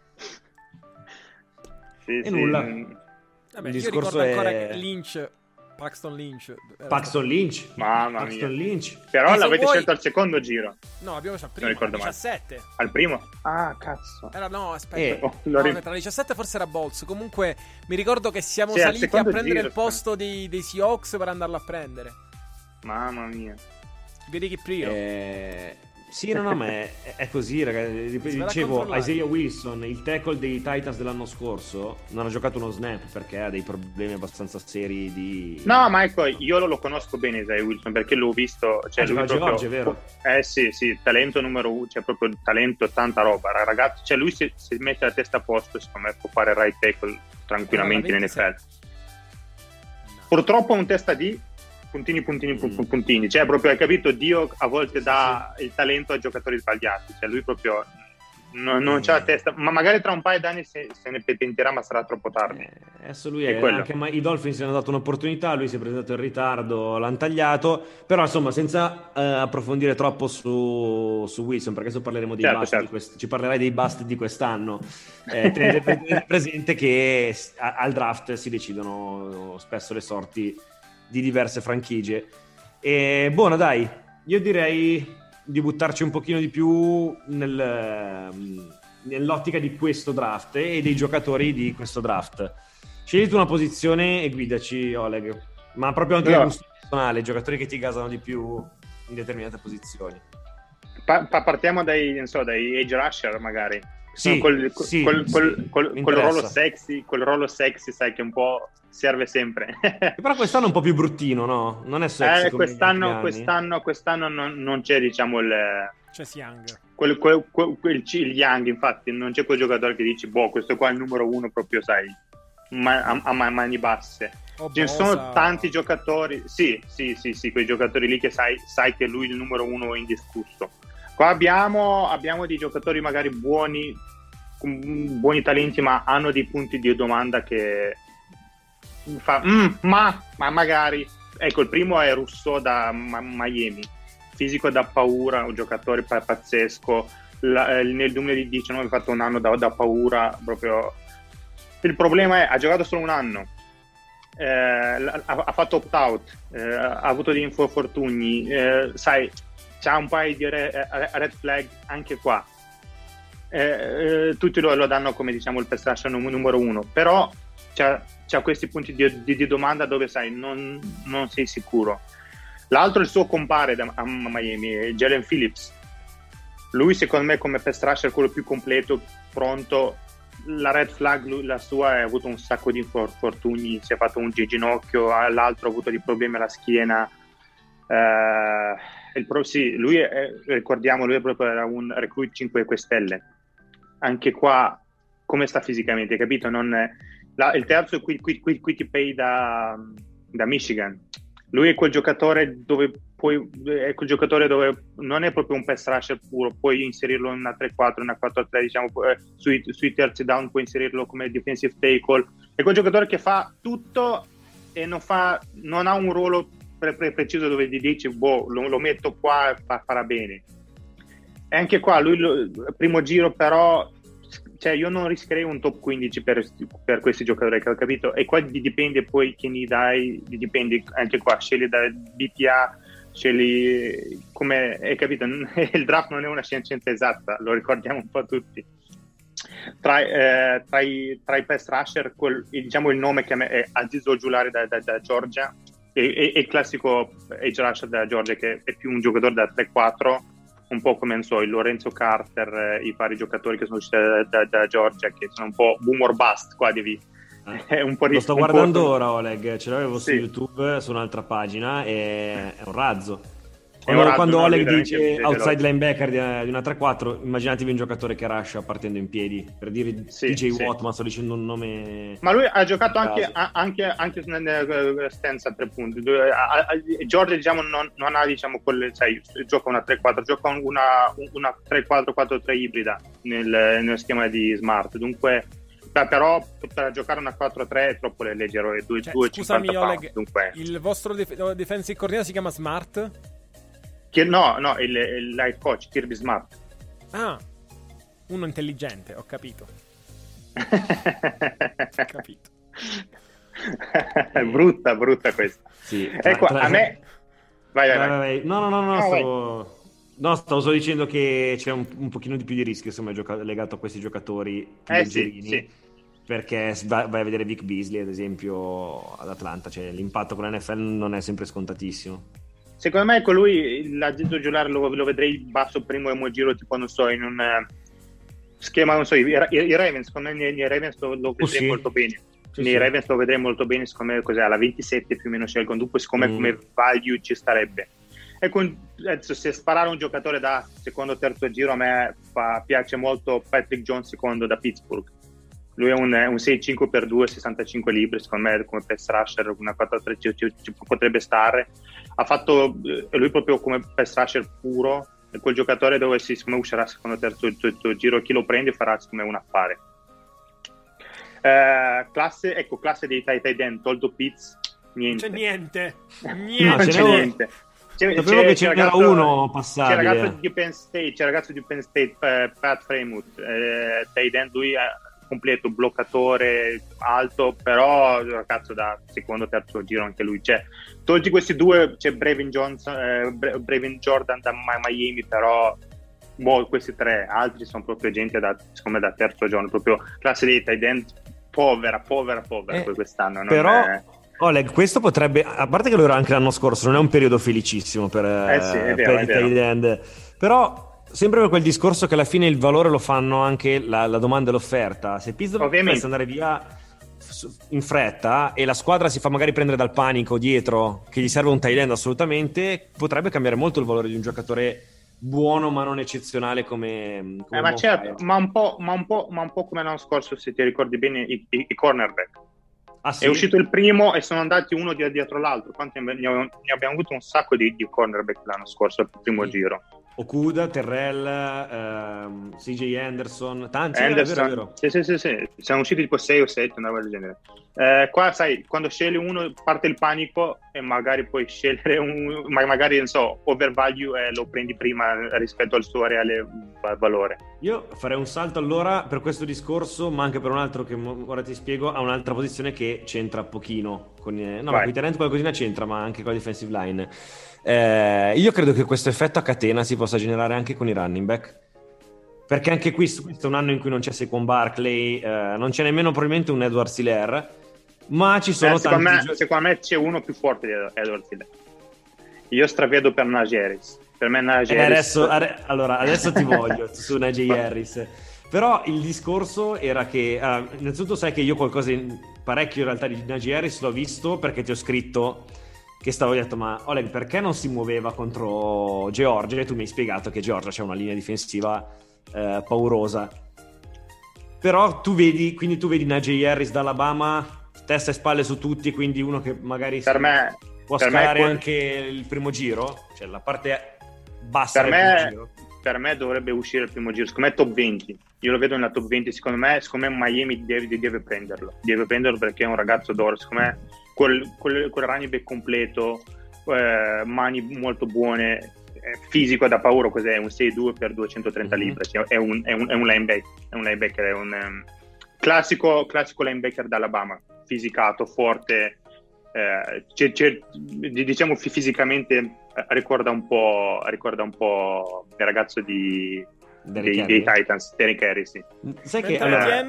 Sì, nulla. Vabbè, io ricordo ancora che Paxton Lynch. Mamma Paxton mia. Lynch. Però l'avete scelto al secondo giro. No, abbiamo scelto al primo, al 17. Al primo? Ah, cazzo. No, aspetta. Tra le 17 forse era Bolts. Comunque mi ricordo che siamo saliti a prendere il posto dei Seahawks per andarlo a prendere. Mamma mia. Vedi che prio. Sì, no, ma è così, ragazzi. Dicevo, Isaiah Wilson, il tackle dei Titans dell'anno scorso, non ha giocato uno snap perché ha dei problemi abbastanza seri di... No, ma ecco, io lo conosco bene Isaiah Wilson perché l'ho visto. Cioè, lui proprio... Georgia, è vero? Sì, talento numero 1, cioè proprio talento, tanta roba. Ragazzi, cioè lui se mette la testa a posto, secondo me può fare right tackle tranquillamente in NFL. Purtroppo un testa di puntini, cioè proprio, hai capito, Dio a volte dà il talento ai giocatori sbagliati, cioè lui proprio non c'ha la testa, ma magari tra un paio d'anni se ne petenterà, ma sarà troppo tardi. Adesso lui anche i Dolphins gli hanno dato un'opportunità, lui si è presentato in ritardo, l'hanno tagliato, però insomma senza approfondire troppo su Wilson, perché adesso parleremo dei bust ci parlerai dei bust di quest'anno. Tenete presente che al draft si decidono spesso le sorti di diverse franchigie. E buono, dai, io direi di buttarci un pochino di più nell'ottica di questo draft e dei giocatori di questo draft. Scegli tu una posizione e guidaci, Oleg, ma proprio anche il gusto personale, giocatori che ti gasano di più in determinate posizioni. Partiamo dai edge rusher, magari. Sì, col ruolo sexy, sai che un po' serve sempre. Però quest'anno è un po' più bruttino, no? Non è sexy come quest'anno non c'è, diciamo, c'è Young. Il Young, infatti, non c'è quel giocatore che dici, questo qua è il numero 1 proprio, sai, a mani basse. Ce ne sono tanti giocatori, sì, quei giocatori lì che sai che lui è il numero 1 indiscusso. Qua abbiamo dei giocatori magari buoni talenti, ma hanno dei punti di domanda che ma magari, ecco, il primo è Rousseau da Miami, fisico da paura, un giocatore pazzesco. Nel 2019 ha fatto un anno da paura proprio. Il problema è ha giocato solo un anno, ha fatto opt-out, ha avuto degli infortuni, sai, c'ha un paio di red flag anche qua. Tutti lo danno come, diciamo, il pass rusher numero 1, però c'ha questi punti di domanda dove, sai, non sei sicuro. L'altro, il suo compare a Miami, è Jalen Phillips. Lui, secondo me, come pass rusher, quello più completo, pronto. La red flag, la sua, ha avuto un sacco di infortuni, si è fatto un ginocchio, l'altro ha avuto dei problemi alla schiena. Lui ricordiamo, lui proprio era un recruit 5 stelle. Anche qua, come sta fisicamente, capito? Il terzo è Quitty Pay da Michigan. Lui è quel giocatore dove è quel giocatore dove non è proprio un pass rusher puro, puoi inserirlo in una 3-4, una 4-3, diciamo, sui terzi down puoi inserirlo come defensive tackle. È quel giocatore che fa tutto e non ha un ruolo preciso dove gli dici lo metto qua e farà bene. E anche qua lui primo giro, però cioè io non rischierei un top 15 per questi giocatori, che ho capito, e qua dipende poi chi gli dai, dipende anche qua, scegli da BPA, scegli come, hai capito, il draft non è una scienza esatta, lo ricordiamo un po' tutti. Tra i pass rusher, diciamo il nome che a me è Aziz Ojulari da Georgia, e il classico edge rusher da Georgia, che è più un giocatore da 3-4, un po' come, non so, il Lorenzo Carter, i vari giocatori che sono usciti da Georgia, che sono un po' boom or bust, qua devi un po' lo sto guardando ora, Oleg, ce l'avevo su YouTube, su un'altra pagina, e è un razzo. Quando Oleg dice outside linebacker di una 3-4, immaginatevi un giocatore che rusha partendo in piedi, per dire TJ Watt, ma sto dicendo un nome. Ma lui ha giocato anche nel stance a 3 punti. Georgia, diciamo, non ha, diciamo, gioca una 3-4, gioca una 3-4-4-3 ibrida nel schema di Smart. Dunque, però per giocare una 4-3 è troppo leggero. Scusami, Oleg, dunque. Il vostro defensive coordinator si chiama Smart? No, il life coach Kirby Smart. Ah, uno intelligente, ho capito. brutta questa. Sì, ecco, a me vai. No, stavo solo dicendo che c'è un pochino di più di rischio, insomma, legato a questi giocatori più leggerini. Sì. Perché vai a vedere Vic Beasley, ad esempio, ad Atlanta, cioè l'impatto con l'NFL non è sempre scontatissimo. Secondo me con lui l'Aziz Ojulari lo vedrei basso primo giro, tipo, non so, in un schema, non so, i Ravens, secondo me nei Ravens lo vedrei molto bene. Nei Ravens lo vedrei molto bene, secondo me, cos'è, alla 27 più o meno scelgono, dunque secondo me come value ci starebbe. E adesso, se sparare un giocatore da secondo o terzo giro, a me piace molto Patrick Jones secondo da Pittsburgh. Lui è un 6-5x2, 65 libri, secondo me come pass rusher, una 4-3 ci potrebbe stare. Ha fatto lui proprio come pass rusher puro, è quel giocatore dove secondo me uscirà secondo terzo giro, chi lo prende farà secondo me un affare. Classe dei tight end, tolto Pitts, niente. C'è niente. Non c'è niente. Sapevo che c'era uno passabile. C'è il ragazzo di Penn State, Pat Freiermuth, tight end, lui completo, bloccatore alto, però ragazzo da secondo terzo giro anche lui. Tolti questi due, c'è Brevin Jordan da Miami, però questi tre altri sono proprio gente secondo me da terzo giorno, proprio classe di tight end povera quest'anno. Però Oleg, questo potrebbe, a parte che loro anche l'anno scorso non è un periodo felicissimo per i tight end, però sempre per quel discorso che alla fine il valore lo fanno anche la domanda e l'offerta. Se Pitts dovesse andare via in fretta e la squadra si fa magari prendere dal panico dietro che gli serve un tight end assolutamente, potrebbe cambiare molto il valore di un giocatore buono ma non eccezionale come ma certo, ma un po' come l'anno scorso, se ti ricordi bene, i cornerback. Sì? È uscito il primo e sono andati uno dietro l'altro. Quanti ne abbiamo avuto un sacco di cornerback l'anno scorso al primo giro. Okuda, Terrell, CJ Anderson, tanti. Anderson, è vero. Sì. Siamo usciti tipo 6 o 7, una roba del genere. Qua, sai, quando scegli uno parte il panico e magari puoi scegliere magari, non so, overvalue e lo prendi prima rispetto al suo reale valore. Io farei un salto allora per questo discorso, ma anche per un altro che ora ti spiego, a un'altra posizione che c'entra pochino con i talenti qualcosina c'entra, ma anche con la defensive line. Io credo che questo effetto a catena si possa generare anche con i running back, perché anche questo è un anno in cui non c'è Saquon Barkley, non c'è nemmeno probabilmente un Edward Helaire, ma ci sono tanti secondo me c'è uno più forte di Edward Helaire. Io stravedo per Najee Harris. Per me Najee Harris adesso ti voglio su Najee Harris. Però il discorso era che innanzitutto sai che io qualcosa parecchio in realtà di Najee Harris l'ho visto perché ti ho scritto che stavo detto, ma Oleg, perché non si muoveva contro Georgia? E tu mi hai spiegato che Georgia c'è una linea difensiva paurosa. Però tu vedi Najee Harris dall'Alabama, testa e spalle su tutti, quindi uno che magari per me può Per scalare me anche il primo giro, cioè la parte bassa del primo giro. Per me dovrebbe uscire il primo giro, secondo me top 20, io lo vedo nella top 20, secondo me Miami deve prenderlo perché è un ragazzo d'oro, secondo me quel running back completo, mani molto buone, fisico da paura, cos'è? Un 6'2 per 230 libbre, cioè è un linebacker, è un classico linebacker d'Alabama, fisicato, forte, diciamo fisicamente ricorda un po' il ragazzo dei Titans, Derrick Henry, sì. Sai che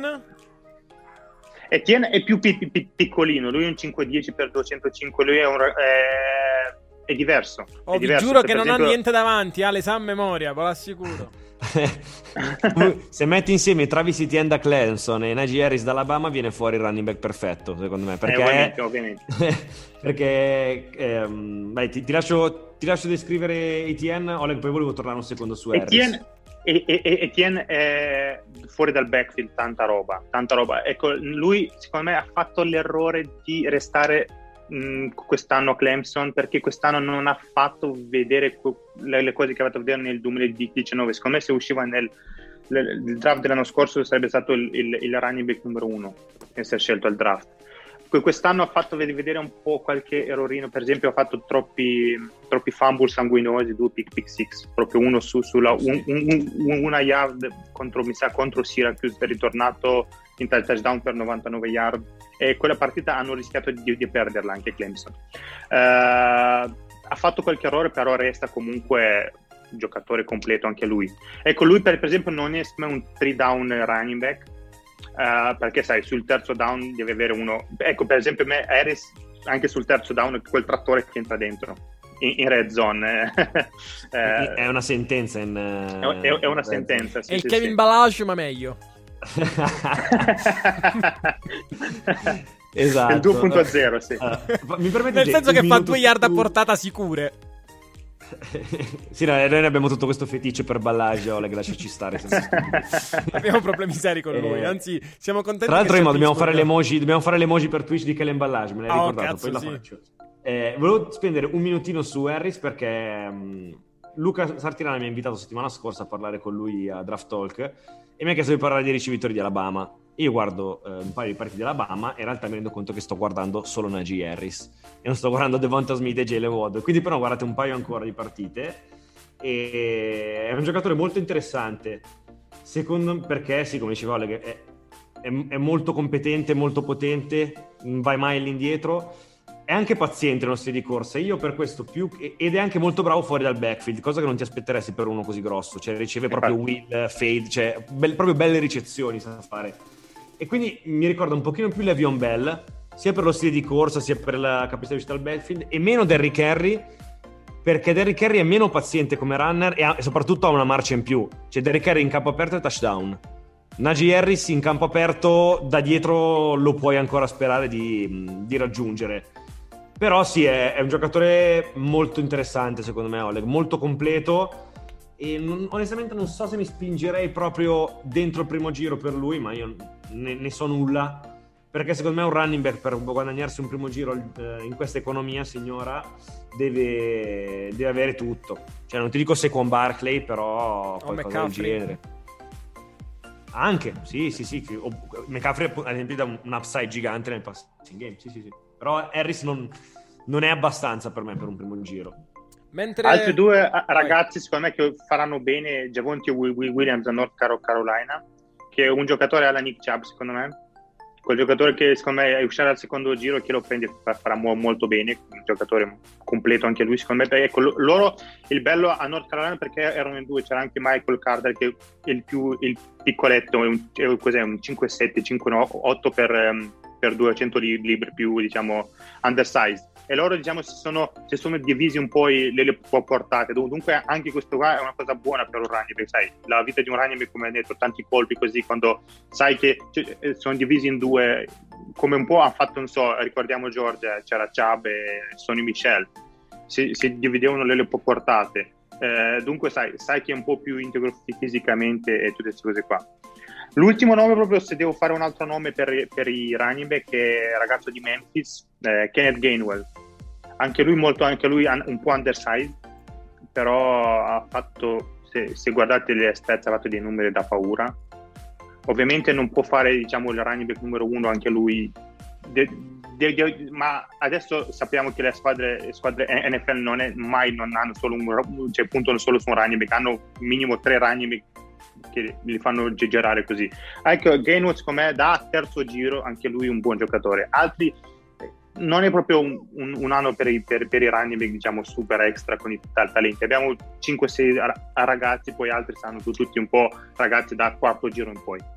Etienne è più piccolino, lui è un 5'10 per 205, lui è diverso. Vi giuro che non ha niente davanti, Ale, sa a memoria, ve lo assicuro. Se metti insieme Travis Etienne da Clemson e Najee Harris dall'Alabama viene fuori il running back perfetto, secondo me, perché ovviamente. Perché ti lascio descrivere Etienne, Oleg, poi volevo tornare un secondo su Harris. Etienne è fuori dal backfield, tanta roba. Ecco, lui secondo me ha fatto l'errore di restare quest'anno a Clemson, perché quest'anno non ha fatto vedere le cose che aveva fatto vedere nel 2019. Secondo me se usciva nel draft dell'anno scorso sarebbe stato il running back numero 1 che si è scelto al draft. Quest'anno ha fatto vedere un po' qualche errorino, per esempio ha fatto troppi fumble sanguinosi, 2 pick six, proprio uno sulla una yard contro Syracuse, è ritornato in touchdown per 99 yard, e quella partita hanno rischiato di perderla anche Clemson. Ha fatto qualche errore, però resta comunque un giocatore completo anche lui. Ecco, lui per esempio non è un 3-down running back, perché sai, sul terzo down deve avere uno. Ecco, per esempio Harris anche sul terzo down, quel trattore che entra dentro in red zone è una sentenza è una sentenza, sì, è il sì, Kevin Balash, ma meglio. Esatto, il 2.0, sì. Mi permette, nel senso che fa 2 yard a portata sicure. Sì, no, noi ne abbiamo tutto questo feticcio per Ballage, Oleg, lasciaci stare. Abbiamo problemi seri con lui, anzi siamo contenti. Tra l'altro dobbiamo fare le emoji per Twitch di Kellen Ballage, me l'hai ricordato, cazzo, poi la sì. faccio. Volevo spendere un minutino su Harris perché Luca Sartirana mi ha invitato settimana scorsa a parlare con lui a Draft Talk e mi ha chiesto di parlare dei ricevitori di Alabama. Io guardo un paio di partite di Alabama e in realtà mi rendo conto che sto guardando solo Najee Harris e non sto guardando Devonta Smith e Jalen Waddle, quindi però guardate un paio ancora di partite, e è un giocatore molto interessante secondo me, perché sì, come diceva Oleg, è molto competente, molto potente, non vai mai all'indietro, è anche paziente nello stile di corsa, io per questo ed è anche molto bravo fuori dal backfield, cosa che non ti aspetteresti per uno così grosso, cioè riceve proprio wheel, fade, cioè proprio belle ricezioni sa fare. E quindi mi ricorda un pochino più Le'Veon Bell, sia per lo stile di corsa, sia per la capacità di uscita dal backfield, e meno Derrick Henry, perché Derrick Henry è meno paziente come runner e soprattutto ha una marcia in più. Cioè Derrick Henry in campo aperto è touchdown. Najee Harris in campo aperto da dietro lo puoi ancora sperare di raggiungere. Però sì, è un giocatore molto interessante secondo me, Oleg, molto completo. E onestamente non so se mi spingerei proprio dentro il primo giro per lui, ma io ne so nulla, perché secondo me un running back per guadagnarsi un primo giro in questa economia, signora, deve avere tutto. Cioè non ti dico Saquon Barkley, però qualcosa del genere. Anche, sì. McCaffrey ad esempio dà un upside gigante nel passing game, sì. Però Harris non è abbastanza per me per un primo giro. Mentre altri due ragazzi secondo me che faranno bene, Javonte Williams da North Carolina, che è un giocatore alla Nick Chubb secondo me, quel giocatore che secondo me uscirà al secondo giro e chi lo prende farà molto bene, un giocatore completo anche lui secondo me. Ecco, loro il bello a North Carolina perché erano in due, c'era anche Michael Carter che è il piccoletto, cos'è, un 5'7", 5'8" per 200 libbre più, diciamo, undersized, e loro, diciamo, si sono divisi un po' le portate. Dunque anche questo qua è una cosa buona per un running back, sai, la vita di un running back, come hai detto, tanti colpi così, quando sai che sono divisi in due, come un po' ha fatto, non so, ricordiamo Georgia, c'era Chubb e Sonny Michel, si dividevano le portate, dunque sai che è un po' più integro fisicamente e tutte queste cose qua. L'ultimo nome, proprio se devo fare un altro nome per i running back, è il ragazzo di Memphis, Kenneth Gainwell. anche lui un po' undersized, però ha fatto, se guardate le stats, ha fatto dei numeri da paura. Ovviamente non può fare, diciamo, il running back numero 1 anche lui, ma adesso sappiamo che le squadre NFL non hanno solo puntano solo su un running back, hanno minimo 3 running back che li fanno girare così. Ecco, Gainwell secondo me da terzo giro anche lui un buon giocatore. Altri non è proprio un anno per i running back, diciamo, super extra con i talenti. Abbiamo 5-6 ragazzi, poi altri stanno tutti un po' ragazzi da quarto giro in poi.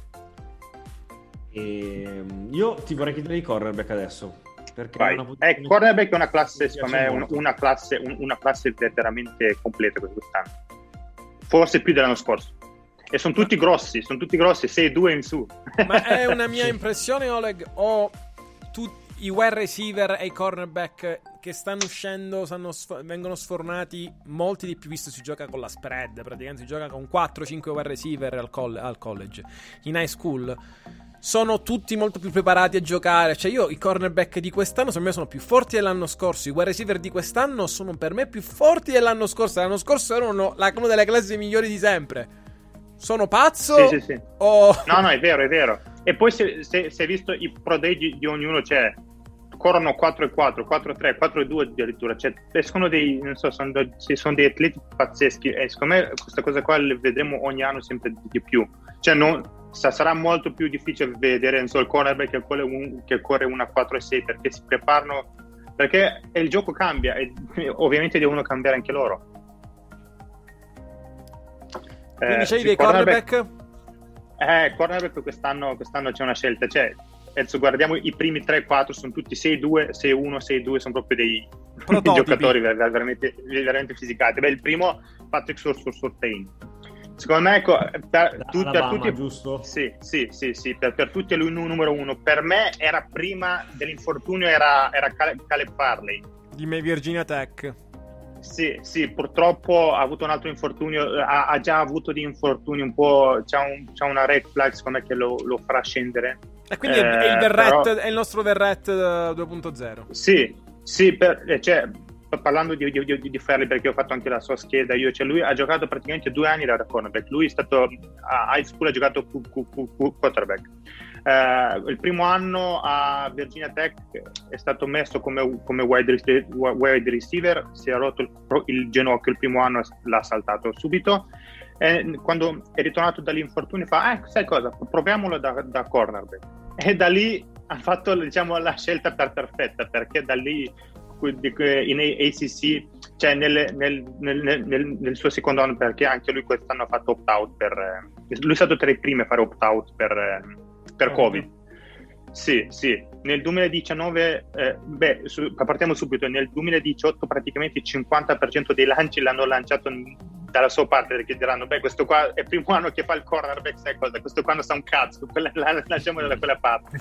Io ti vorrei chiedere i cornerback adesso, perché cornerback è una classe, secondo me, una classe veramente completa quest'anno, forse più dell'anno scorso, e sono tutti grossi, 6'2" in su. Ma è una mia impressione, Oleg, o tutti i wide receiver e i cornerback che stanno uscendo vengono sfornati molti di più, visto si gioca con la spread, praticamente si gioca con 4-5 wide receiver al college. In high school sono tutti molto più preparati a giocare. Cioè, io i cornerback di quest'anno secondo me sono più forti dell'anno scorso. I wide receiver di quest'anno sono per me più forti dell'anno scorso. L'anno scorso erano una delle classi migliori di sempre. Sono pazzo? Sì. No, è vero. E poi se hai visto i pro day di ognuno, cioè corrono 4-4, 4-3, 4-2 addirittura, cioè escono sono dei atleti pazzeschi, e secondo me questa cosa qua le vedremo ogni anno sempre di più. Cioè sarà molto più difficile vedere il cornerback che corre una 4-6, perché si preparano, perché il gioco cambia e ovviamente devono cambiare anche loro. Quindi c'hai dei cornerback? Cornerback quest'anno c'è una scelta, cioè adesso guardiamo i primi 3-4, sono tutti 6'2", 6'1", 6'2", sono proprio dei giocatori veramente, veramente fisicati. Il primo, Patrick Surtain. Secondo me, ecco, per tutti, giusto? Sì, per tutti è lui numero 1. Per me era prima dell'infortunio, era Caleb Farley di Virginia Tech. Sì, purtroppo ha avuto un altro infortunio, ha già avuto di infortuni un po', c'ha una red flag secondo me che lo farà scendere. E quindi è il Verrett, è il nostro Verrett 2.0. Sì, cioè, parlando di Farley, perché ho fatto anche la sua scheda io, cioè lui ha giocato praticamente 2 anni da cornerback. Lui è stato a high school, ha giocato quarterback. Il primo anno a Virginia Tech è stato messo come wide receiver, si è rotto il ginocchio il primo anno, l'ha saltato subito, e quando è ritornato dall'infortunio fa sai cosa, proviamolo da cornerback, e da lì ha fatto, diciamo, la scelta perfetta, perché da lì in ACC, cioè nel suo secondo anno, perché anche lui quest'anno ha fatto opt-out lui è stato tra i primi a fare opt-out per Covid. Sì, nel 2019 partiamo subito. Nel 2018 praticamente il 50% dei lanci l'hanno lanciato dalla sua parte, perché diranno questo qua è il primo anno che fa il cornerback, sai cosa, questo qua non sa un cazzo, la lasciamo da quella parte.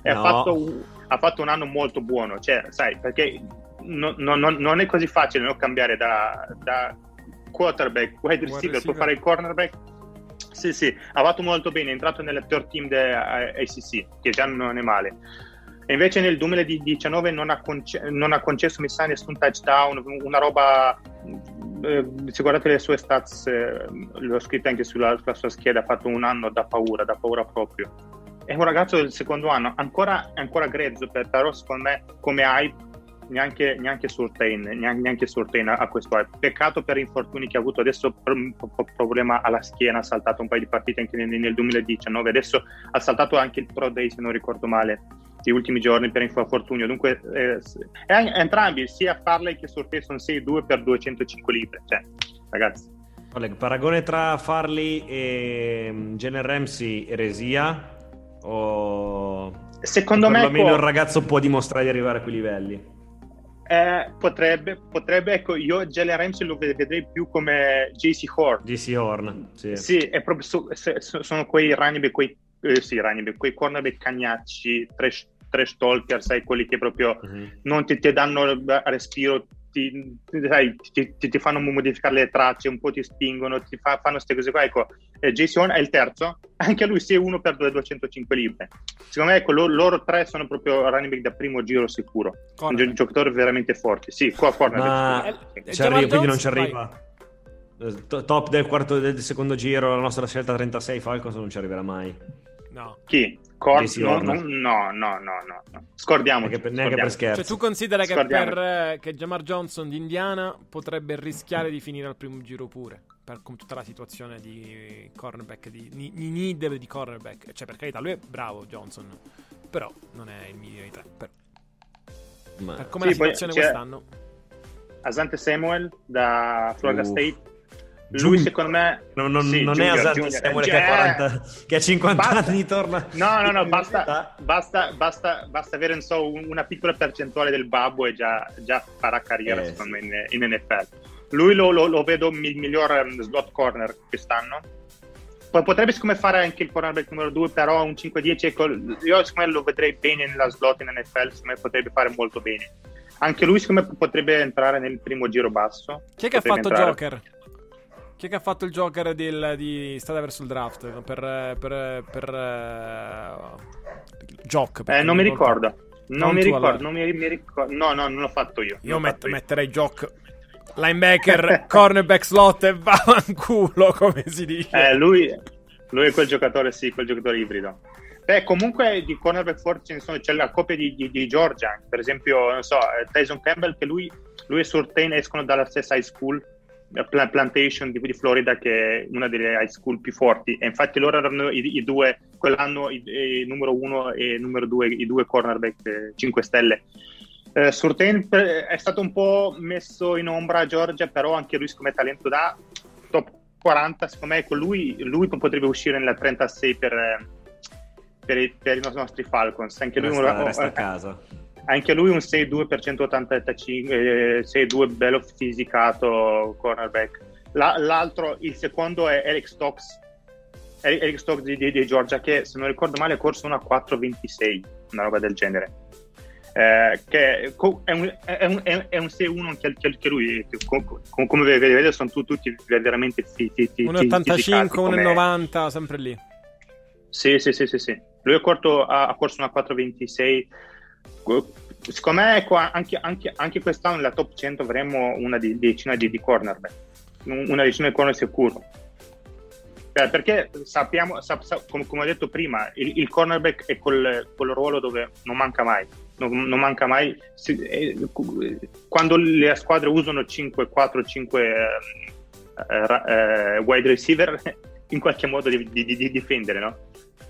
Ha fatto un anno molto buono, cioè, sai, perché non è così facile cambiare da quarterback, wide receiver, per fare il cornerback. Sì, ha fatto molto bene, è entrato nella third team ACC, che già non è male. E invece nel 2019 non ha concesso, mi sa, nessun touchdown, una roba, se guardate le sue stats, l'ho scritto anche sulla sua scheda, ha fatto un anno da paura proprio. È un ragazzo del secondo anno, ancora grezzo, però secondo me come hype neanche Surtain a questo hype. Peccato per infortuni che ha avuto adesso, problema alla schiena, ha saltato un paio di partite anche nel 2019, adesso ha saltato anche il Pro Day, se non ricordo male, gli ultimi giorni per infortunio. Dunque entrambi, sia Farley che Surtain, sono 6'2" per 205 libbre, cioè, ragazzi. Oleg, paragone tra Farley e Jalen Ramsey, eresia? O secondo me perlomeno il ragazzo può dimostrare di arrivare a quei livelli? Potrebbe, ecco, io Jalen Ramsey lo vedrei più come JC Horn, sì, è proprio sono quei running back, quei cornerback cagnacci, trash talker, sai, quelli che proprio non ti danno respiro, ti fanno modificare le tracce, un po' ti spingono, fanno queste cose qua. Ecco, Jason è il terzo, anche lui 6-1 per 205 libbre. Secondo me, ecco, loro tre sono proprio running back da primo giro sicuro. Un giocatore veramente forte. Sì, cornerback. Quindi non ci arriva. Top del secondo giro, la nostra scelta 36 Falcons non ci arriverà mai. No. Chi? No. Scordiamo. Neanche per scherzo. Cioè, tu considera che Jamar Johnson di Indiana potrebbe rischiare di finire al primo giro pure, con tutta la situazione di cornerback, di need di cornerback. Cioè, per carità, lui è bravo Johnson, però non è il migliore di tre. Per come la situazione quest'anno. Asante Samuel da Florida State. Lui secondo me non è Asante Samuel che ha 50 anni torna. No, basta avere una piccola percentuale del babbo e già farà carriera secondo me in NFL. Lui lo vedo miglior slot corner quest'anno. Poi potrebbe secondo me fare anche il cornerback numero 2, però un 5-10 io secondo me lo vedrei bene nella slot in NFL, secondo me potrebbe fare molto bene. Anche lui secondo me potrebbe entrare nel primo giro basso. Chi è che ha fatto Joker? Chi è che ha fatto il Joker di Strada verso il draft? Per Joke? Non mi ricordo. Non mi ricordo. No, non l'ho fatto io. Io metterei Joke linebacker, cornerback slot e vaffanculo, come si dice. Lui è quel giocatore, sì, quel giocatore ibrido. Comunque di cornerback forti c'è la coppia di Georgia, per esempio, non so, Tyson Campbell, che lui e Surtain escono dalla stessa high school, Plantation di Florida, che è una delle high school più forti, e infatti loro erano i due quell'anno, numero 1 e numero 2, i due cornerback 5 stelle. Surtain è stato un po' messo in ombra a Georgia, però anche lui secondo me talento da top 40, secondo me lui potrebbe uscire nella 36 per i nostri Falcons. Anche lui resta a casa. Anche lui un 6'2 per 185, 6'2 bello fisicato cornerback. L'altro, il secondo è Eric Stokes di Georgia, che se non ricordo male è corso una 4'26, una roba del genere. Che è un 6'1 anche lui, come vedete sono tutti veramente 1,85, 1,90, sempre lì. Sì. Lui ha corso una 4'26. Secondo me anche quest'anno nella top 100 avremo una decina di cornerback, una decina di corner sicuro, perché sappiamo come ho detto prima, il cornerback è quel ruolo dove non manca mai. Quando le squadre usano 5 wide receiver, in qualche modo di difendere, no?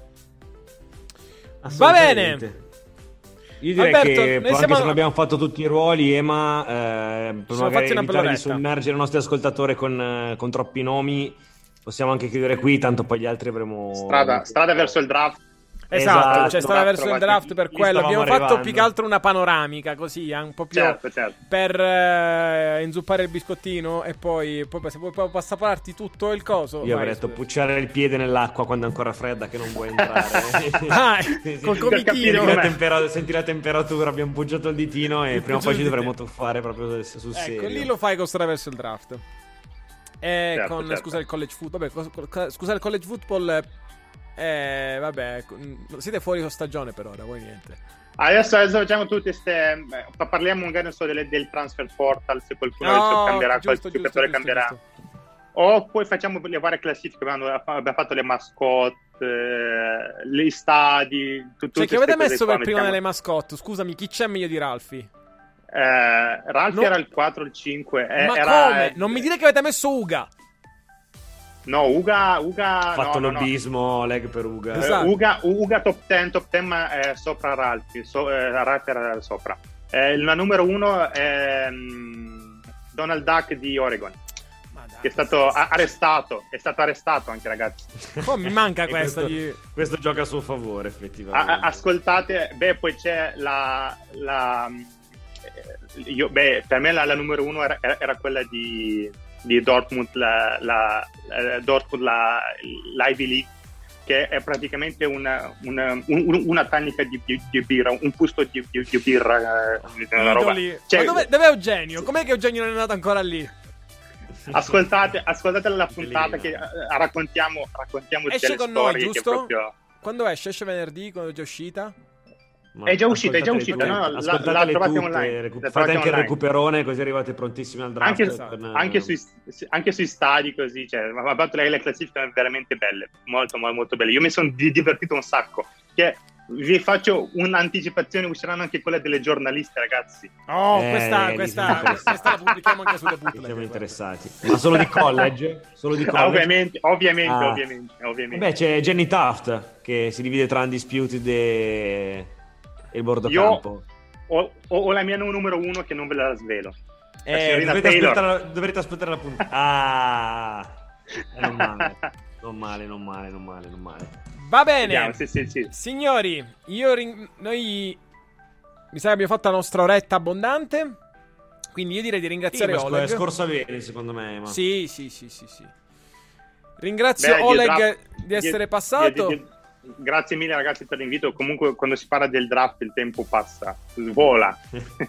Va bene. Io direi Alberto, che anche se non abbiamo fatto tutti i ruoli, Ema, per magari evitare di sommergere il nostro ascoltatore con troppi nomi, possiamo anche chiudere qui, tanto poi gli altri avremo strada verso il draft. Esatto, cioè strada verso il draft, per quello abbiamo fatto più che altro una panoramica così, un po' più certo. per inzuppare il biscottino, e poi se vuoi passaparti tutto il coso. Io avrei detto pucciare il piede nell'acqua quando è ancora fredda, che non vuoi entrare. Col comitino. Senti la temperatura, abbiamo poggiato il ditino e prima o poi ci dovremo tuffare proprio sul serio. Ecco, lì lo fai con strada verso il draft. Certo. Scusa il college football. Vabbè, scusa il college football. Vabbè, siete fuori con stagione per ora, voi niente. Adesso facciamo tutte parliamo magari del transfer portal, se qualcuno cambierà, qualche giocatore cambierà. Giusto. O poi facciamo le varie classifiche, abbiamo fatto le mascotte, gli stadi, cioè, che avete messo per prima delle mascotte? Scusami, chi c'è meglio di Ralphie? Ralphie era il 4, il 5. Ma come? Non mi dire che avete messo Uga. No, Uga ha fatto lobbismo, leg per Uga. Esatto. Uga top 10, ma è sopra Ralphie. Ralphie era sopra. La numero 1 è Donald Duck di Oregon, che è stato arrestato. È stato arrestato anche, ragazzi. Oh, mi manca questa. Questo gioca a suo favore, effettivamente. Ascoltate, poi c'è per me la numero 1 era quella di Dortmund, l'Ivy League, che è praticamente una tannica di birra, un fusto di birra, una roba. Cioè, ma dov'è Eugenio? Com'è che Eugenio non è nato ancora lì? Ascoltate la puntata che raccontiamo esce delle con storie, noi, giusto? che proprio... Quando esce? Esce venerdì? Quando è già uscita? È già uscita, no? La trovate online. Fate anche il recuperone, così arrivate prontissimi al draft. Anche sui stadi, così. Cioè, ma le classifiche sono veramente belle, molto, molto belle. Io mi sono divertito un sacco. Che vi faccio un'anticipazione, usciranno anche quelle delle giornaliste, ragazzi. Oh, questa la pubblichiamo anche su The Bootleg. Siamo interessati. Ma solo di college? Ovviamente. Beh, c'è Jenny Taft, che si divide tra Undisputed e il bordocampo. Ho la mia numero 1 che non ve la svelo. Dovrete aspettare la puntata. Non male. Va bene. Vediamo, sì. Signori, noi mi sa che abbiamo fatto la nostra oretta abbondante, quindi io direi di ringraziare Oleg. È scorsa bene, secondo me. Ma... Sì. Ringrazio Oleg di essere passato. Grazie mille ragazzi per l'invito. Comunque quando si parla del draft il tempo passa, vola.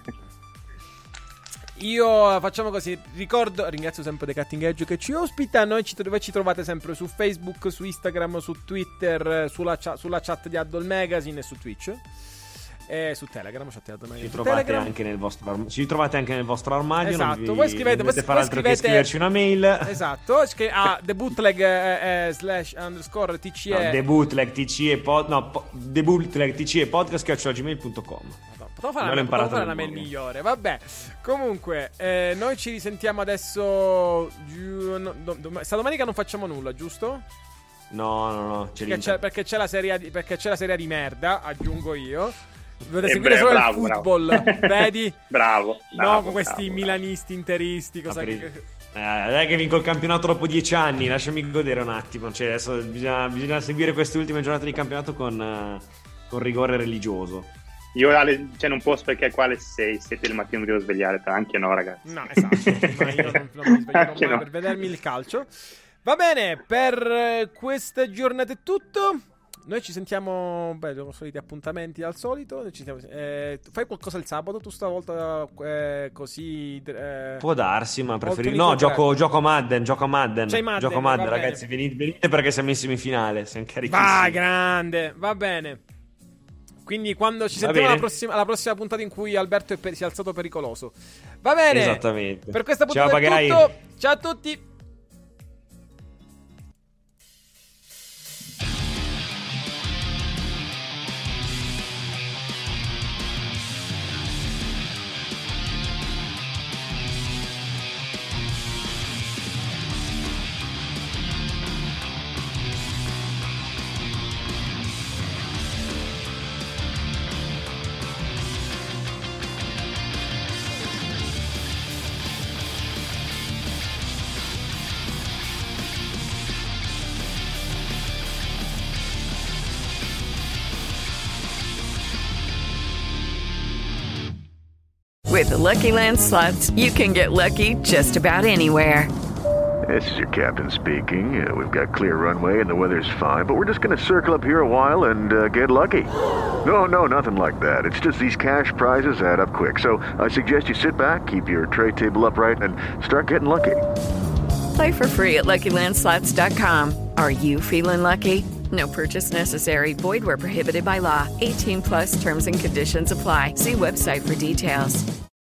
Io facciamo così, ringrazio sempre The Cutting Edge che ci ospita. Noi ci trovate sempre su Facebook, su Instagram, su Twitter, sulla chat di Addle Magazine e su Twitch. E su Telegram, ci trovate anche nel vostro armadio. Esatto, voi scrivete, che scriverci una mail. Esatto, a The Bootleg / TCE. No, The Bootleg TCE The Bootleg TCE podcast@gmail.com. Potremmo fare una mail migliore. Vabbè, comunque noi ci risentiamo adesso. Sta domenica non facciamo nulla, giusto? No, perché c'è la serie di merda, aggiungo io. Dovete seguire solo il football, vedi? Bravo. Con questi milanisti interisti. Dai che vinco il campionato dopo 10 anni. Lasciami godere un attimo. Cioè, adesso bisogna seguire queste ultime giornate di campionato con rigore religioso. Io non posso, perché qua alle 6, 7 del mattino mi devo svegliare. Anche no, ragazzi. No, esatto. Io non mi sveglierò mai per vedermi il calcio. Va bene, per questa giornata è tutto. Noi ci sentiamo, con soliti appuntamenti al solito. Fai qualcosa il sabato tu stavolta, così? Può darsi, ma preferisco. No, gioco Madden. Gioco Madden, ragazzi. Venite perché siamo in semifinale. Siamo carichissimi. Va, grande, va bene. Quindi quando ci sentiamo alla prossima puntata in cui Alberto si è alzato pericoloso. Va bene. Esattamente. Per questa puntata è tutto. Ciao a tutti. With the Lucky Land Slots, you can get lucky just about anywhere. This is your captain speaking. We've got clear runway and the weather's fine, but we're just going to circle up here a while and get lucky. No, nothing like that. It's just these cash prizes add up quick. So I suggest you sit back, keep your tray table upright, and start getting lucky. Play for free at LuckyLandSlots.com. Are you feeling lucky? No purchase necessary. Void where prohibited by law. 18+ terms and conditions apply. See website for details.